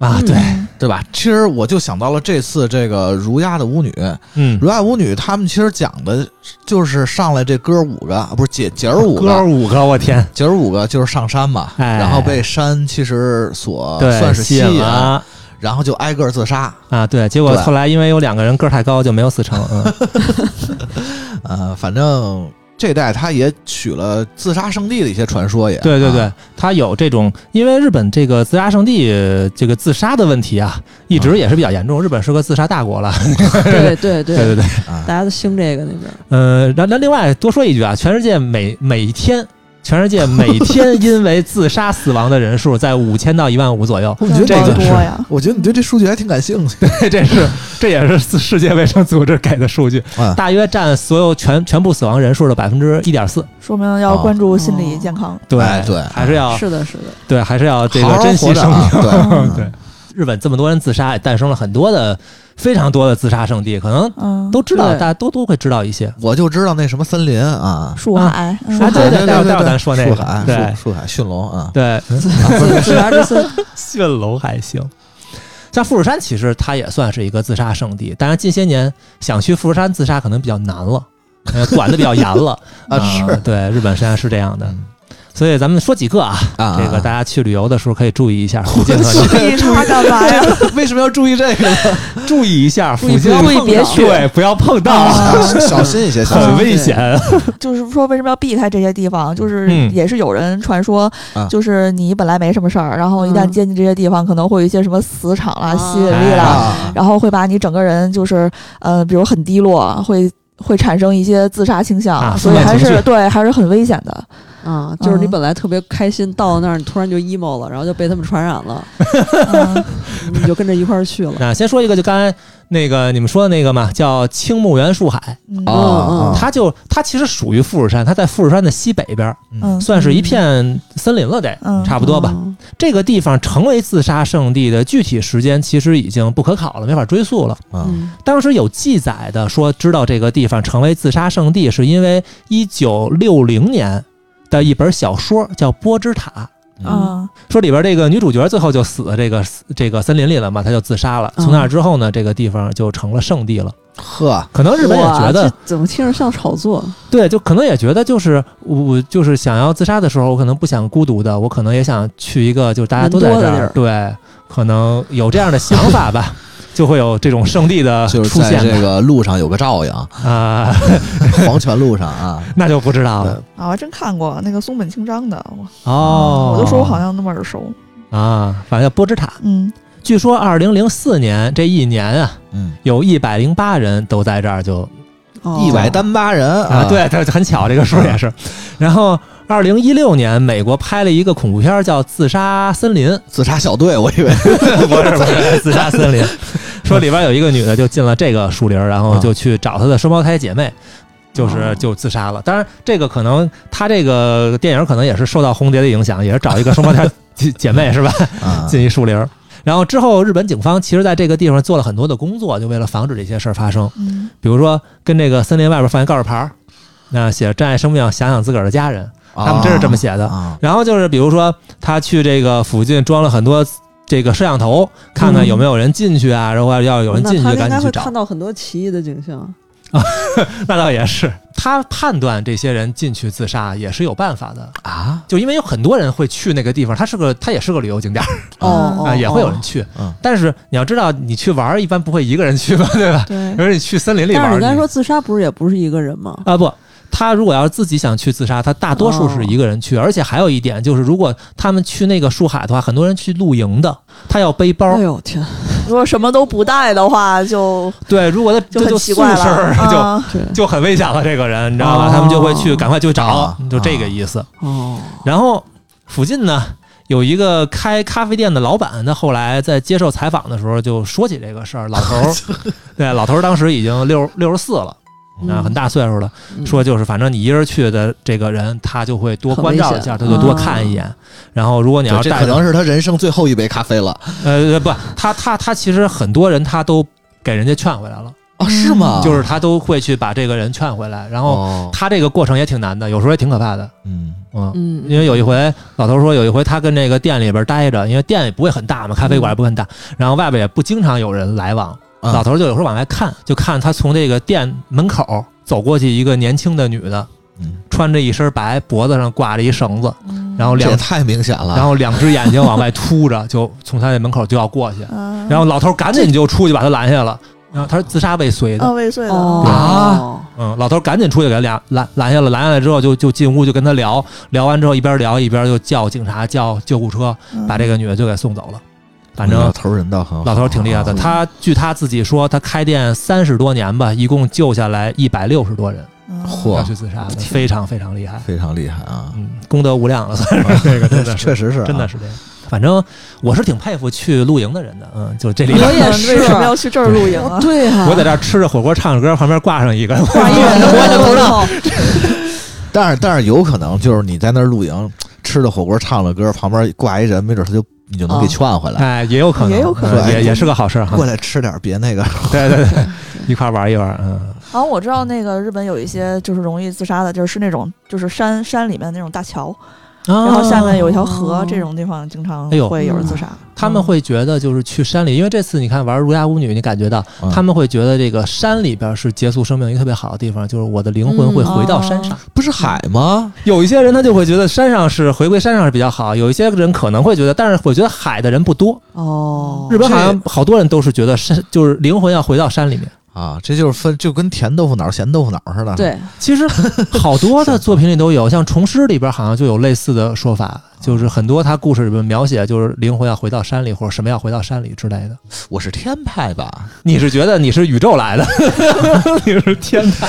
啊，对对吧？其实我就想到了这次这个儒家的舞女， 嗯， 儒家舞女他们其实讲的就是上来这哥五个，不是姐姐儿五个， 哥五个，我天， 姐儿五个就是上山嘛， 哎、 然后被山其实所算是吸引了。 然后就挨个自杀啊，对，结果后来因为有两个人个儿太高，就没有死成。嗯， 呃，反正这代他也取了自杀圣地的一些传说也， 对对对，他有这种，因为日本这个自杀圣地这个自杀的问题啊，一直也是比较严重。日本是个自杀大国了。 对对对对对对， 大家都兴这个那边。 呃，然后另外多说一句啊，全世界每每天。全世界每天因为自杀死亡的人数在五千到一万五左右， 我觉得这个多呀。 我觉得你对这数据还挺感兴趣。 对，这是这也是世界卫生组织给的数据， 啊、 大约占所有全全部死亡人数的百分之一点四， 说明要关注心理健康。 哦、对、 哎、对， 还是要是的，是的， 对，还是要这个珍惜生命。 好好对对，日本这么多人自杀，也诞生了很多的。非常多的自杀圣地，可能都知道， 嗯、 大家都都会知道一些。 我就知道那什么森林啊， 树海， 树海，对对对，待会儿咱说那个树海， 对， 树海驯龙啊， 对， 自杀之森， 驯龙还行。像富士山，其实它也算是一个自杀圣地，但是近些年想去富士山自杀可能比较难了，管的比较严了啊。是， 对，日本现在是这样的。所以咱们说几个啊， 啊这个大家去旅游的时候可以注意一下附近的。 注意它干嘛呀？ 为什么要注意这个呢？ 注意一下附近， 注意别去， 对，不要碰到， 啊、小心一些， 很危险。 就是说，为什么要避开这些地方？就是也是有人传说， 嗯、 就是你本来没什么事儿，然后一旦接近这些地方，可能会有一些什么磁场啦、吸引力啦， 啊、 然后会把你整个人就是呃，比如很低落，会会产生一些自杀倾向， 啊、 所以还是对，还是很危险的。 啊，就是你本来特别开心，嗯、到那儿你突然就 emo 了，然后就被他们传染了，嗯、你就跟着一块儿去了。 啊，先说一个，就刚才那个你们说的那个嘛，叫青木原树海。 嗯哦， 它就它其实属于富士山，它在富士山的西北边， 嗯， 算是一片森林了得， 嗯、 差不多吧。 嗯、 这个地方成为自杀圣地的具体时间其实已经不可考了，没法追溯了。 嗯， 当时有记载的说，知道这个地方成为自杀圣地，是因为一九六零年。的一本小说叫《波之塔》 啊， 说里边这个女主角最后就死在这个这个森林里了嘛，她就自杀了。从那之后呢，这个地方就成了圣地了。 呵， 可能日本也觉得怎么听着像炒作？ 对，就可能也觉得就是我就是想要自杀的时候，我可能不想孤独的，我可能也想去一个就是大家都在这儿，对，可能有这样的想法吧。就会有这种圣地的出现， 就是在这个路上有个照应啊， 黄泉路上啊， 那就不知道了啊。我还真看过那个松本清张的哦， 我都说我好像那么耳熟啊。反正叫波之塔， 嗯， 据说二零零四年这一年啊， 嗯， 有一百零八人都在这儿就一百单八人啊，对，它很巧，这个数也是。然后二零一六年，美国拍了一个恐怖片叫《自杀森林》， 自杀小队，我以为不是不是自杀森林。说里边有一个女的就进了这个树林，然后就去找她的双胞胎姐妹，就是就自杀了。当然，这个可能她这个电影可能也是受到红蝶的影响，也是找一个双胞胎姐妹是吧？进一树林。然后之后，日本警方其实在这个地方做了很多的工作，就为了防止这些事儿发生。 嗯， 比如说跟这个森林外边放一告示牌，那写着珍爱生命，想想自个儿的家人，他们真是这么写的。 啊、 然后就是比如说他去这个附近装了很多这个摄像头，看看有没有人进去啊，然后要有人进去赶紧去找。 看到很多奇异的景象啊，那倒也是。他判断这些人进去自杀也是有办法的啊， 就因为有很多人会去那个地方，它是个它也是个旅游景点哦、 啊，也会有人去。 嗯， 但是你要知道，你去玩一般不会一个人去吧，对吧？ 对。 而且你去森林里玩， 但是你刚才说自杀不是也不是一个人吗？ 啊不。他如果要是自己想去自杀，他大多数是一个人去，而且还有一点就是，如果他们去那个树海的话，很多人去露营的，他要背包。 哎呦天！ 如果什么都不带的话，就对，如果他就很奇怪了， 就、 啊、 就很危险了。这个人你知道吧？ 哦、 他们就会去赶快去找， 哦、 就这个意思。 哦。 然后附近呢有一个开咖啡店的老板，他后来在接受采访的时候就说起这个事儿。老头儿，对，老头儿当时已经六六十四了。啊，很大岁数了， 嗯、 说就是反正你一人去的这个人，他就会多关照一下，他就多看一眼。啊、然后如果你要这可能是他人生最后一杯咖啡了。 呃，不，他他他其实很多人他都给人家劝回来了。 啊，是吗？ 就是他都会去把这个人劝回来，然后他这个过程也挺难的，有时候也挺可怕的。 嗯嗯嗯，因为有一回老头说，有一回他跟那个店里边待着，因为店也不会很大嘛，咖啡馆也不会很大，然后外边也不经常有人来往， 嗯、 老头就有时候往外看，就看他从这个店门口走过去一个年轻的女的。嗯，穿着一身白，脖子上挂着一绳子，嗯、然后两这也太明显了， 然后两只眼睛往外凸着，就从他那门口就要过去，嗯、然后老头赶紧就出去把他拦下了。然后他是自杀未遂的， 哦，未遂的啊，嗯，老头赶紧出去给他俩拦拦下了，拦下来之后就就进屋就跟他聊，聊完之后一边聊一边就叫警察叫救护车，嗯、把这个女的就给送走了。反正老头人倒很好， 老头挺厉害的。他据他自己说，他开店三十多年吧，一共救下来一百六十多人。 嚯， 要去自杀的，非常非常厉害， 非常厉害啊！ 嗯，功德无量了，算是这个，真的确实是， 真的是这样。反正我是挺佩服去露营的人的，嗯，就这里。 我也是， 为什么要去这儿露营啊？ 对啊， 我在这儿吃着火锅，唱着歌，旁边挂上一个， 挂一人我也不知道。 但是但是有可能就是你在那儿露营，吃着火锅，唱着歌，旁边挂一人，没准他就。你就能给劝回来， 哎，也有可能， 也有可能， 也也是个好事哈。 过来吃点，别那个， 对对对，一块玩一玩，嗯。 好像我知道那个日本有一些就是容易自杀的，就是那种就是山山里面那种大桥。然后下面有一条河，哦、这种地方经常会有人自杀。 哎、他们会觉得就是去山里，因为这次你看玩《儒家舞女》，你感觉到、嗯、他们会觉得这个山里边是结束生命一个特别好的地方，就是我的灵魂会回到山上。 嗯哦、不是海吗？ 有一些人他就会觉得山上是回归山上是比较好，有一些人可能会觉得，但是我觉得海的人不多。 哦， 日本好像好多人都是觉得山就是灵魂要回到山里面。 啊，这就是分，就跟甜豆腐脑、咸豆腐脑似的。 对， 其实好多的作品里都有，像《虫师》里边好像就有类似的说法，就是很多他故事里面描写，就是灵魂要回到山里，或者什么要回到山里之类的。 我是天派吧？ 你是觉得你是宇宙来的？你是天派？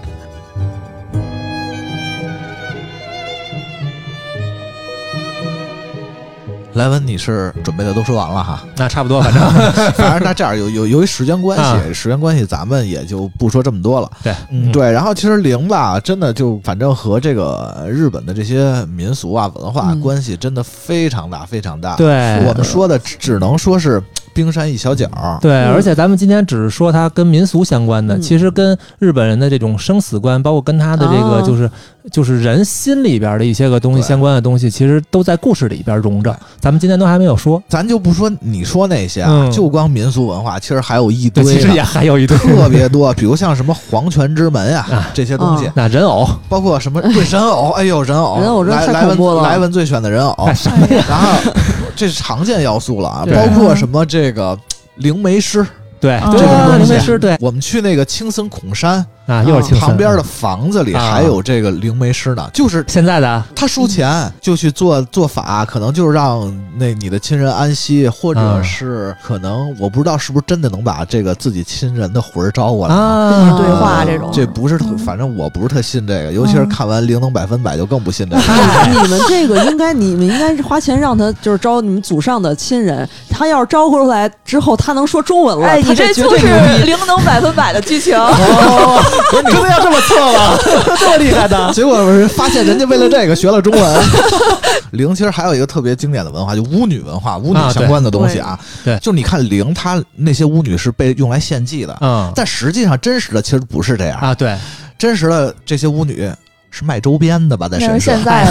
莱文，你是准备的都说完了哈？ 那差不多，反正反正那这样，有有由于时间关系，啊、时间关系，咱们也就不说这么多了。 对， 嗯，对。然后其实灵吧，真的就反正和这个日本的这些民俗啊、文化关系真的非常大，非常大。 对， 我们说的只能说是冰山一小角。 对，而且咱们今天只是说它跟民俗相关的，嗯、其实跟日本人的这种生死观，包括跟他的这个就是、哦、就是人心里边的一些个东西相关的东西，其实都在故事里边融着。咱们今天都还没有说， 咱就不说你说那些啊， 嗯、 就光民俗文化，其实还有一堆， 其实也还有一堆特别多，比如像什么黄泉之门呀、啊、这些东西， 啊、那人偶， 包括什么对人偶，哎呦人偶， 人偶真来太恐怖了， 莱文最选的人偶， 哎、 然后这是常见要素了啊，包括什么这个灵媒师。 对， 这种东西， 灵媒师，对， 我们去那个青森孔山啊，又是青森旁边的房子里还有这个灵媒师呢，就是现在的他收钱就去做做法，可能就是让那你的亲人安息，或者是可能我不知道是不是真的能把这个自己亲人的魂招过来啊， 对话这种， 这不是，反正我不是特信这个，尤其是看完《灵能百分百》就更不信这个。 你们这个应该，你们应该是花钱让他就是招你们祖上的亲人，他要是招过来之后，他能说中文了， 哎， 你这就是灵能百分百的剧情。 哦，真的要这么测吗？这么厉害的？ 结果发现人家为了这个学了中文。灵其实还有一个特别经典的文化，就巫女文化，巫女相关的东西啊。 啊对，对就你看灵，它那些巫女是被用来献祭的， 嗯， 但实际上真实的其实不是这样啊。对， 真实的这些巫女。是卖周边的吧，在神社。 现在的，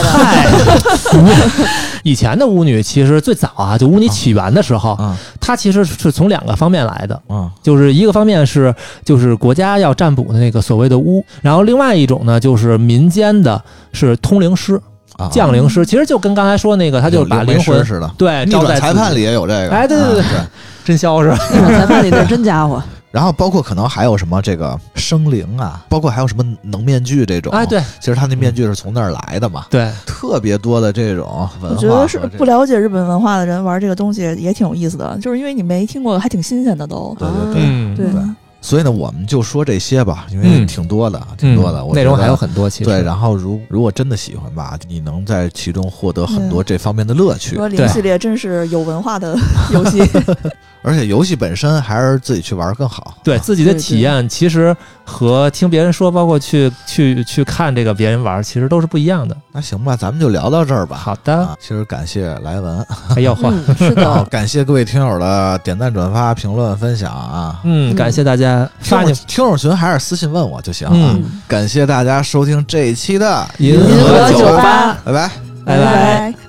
以前的巫女其实最早啊，就巫女起源的时候， 啊、 它其实是从两个方面来的， 啊、 就是一个方面是就是国家要占卜的那个所谓的巫，然后另外一种呢就是民间的是通灵师。 啊、 降灵师其实就跟刚才说那个，他就是把灵魂似的， 对， 逆转裁判里也有这个， 哎，对对对， 啊、对真销是吧？ 逆转裁判里的真家伙。 然后包括可能还有什么这个生灵啊，包括还有什么能面具这种， 哎，对， 其实他那面具是从那儿来的嘛， 对， 特别多的这种文化。 我觉得是不了解日本文化的人玩这个东西也挺有意思的，就是因为你没听过，还挺新鲜的都。 对对对， 嗯、 对。 对所以呢，我们就说这些吧，因为挺多的，嗯、挺多的， 嗯、内容还有很多。其实对，然后如如果真的喜欢吧，你能在其中获得很多这方面的乐趣。 说灵系列真是有文化的游戏， 而且游戏本身还是自己去玩更好。 对自己的体验，其实和听别人说，包括去去去看这个别人玩，其实都是不一样的。 那行吧，咱们就聊到这儿吧。 好的， 啊、其实感谢莱文， 还要换、 嗯，是的， 感谢各位听友的点赞、转发、评论、分享啊。 嗯，感谢大家。 家发你听众群还是私信问我就行啊。 嗯， 感谢大家收听这一期的银河酒吧， 拜拜， 拜拜拜。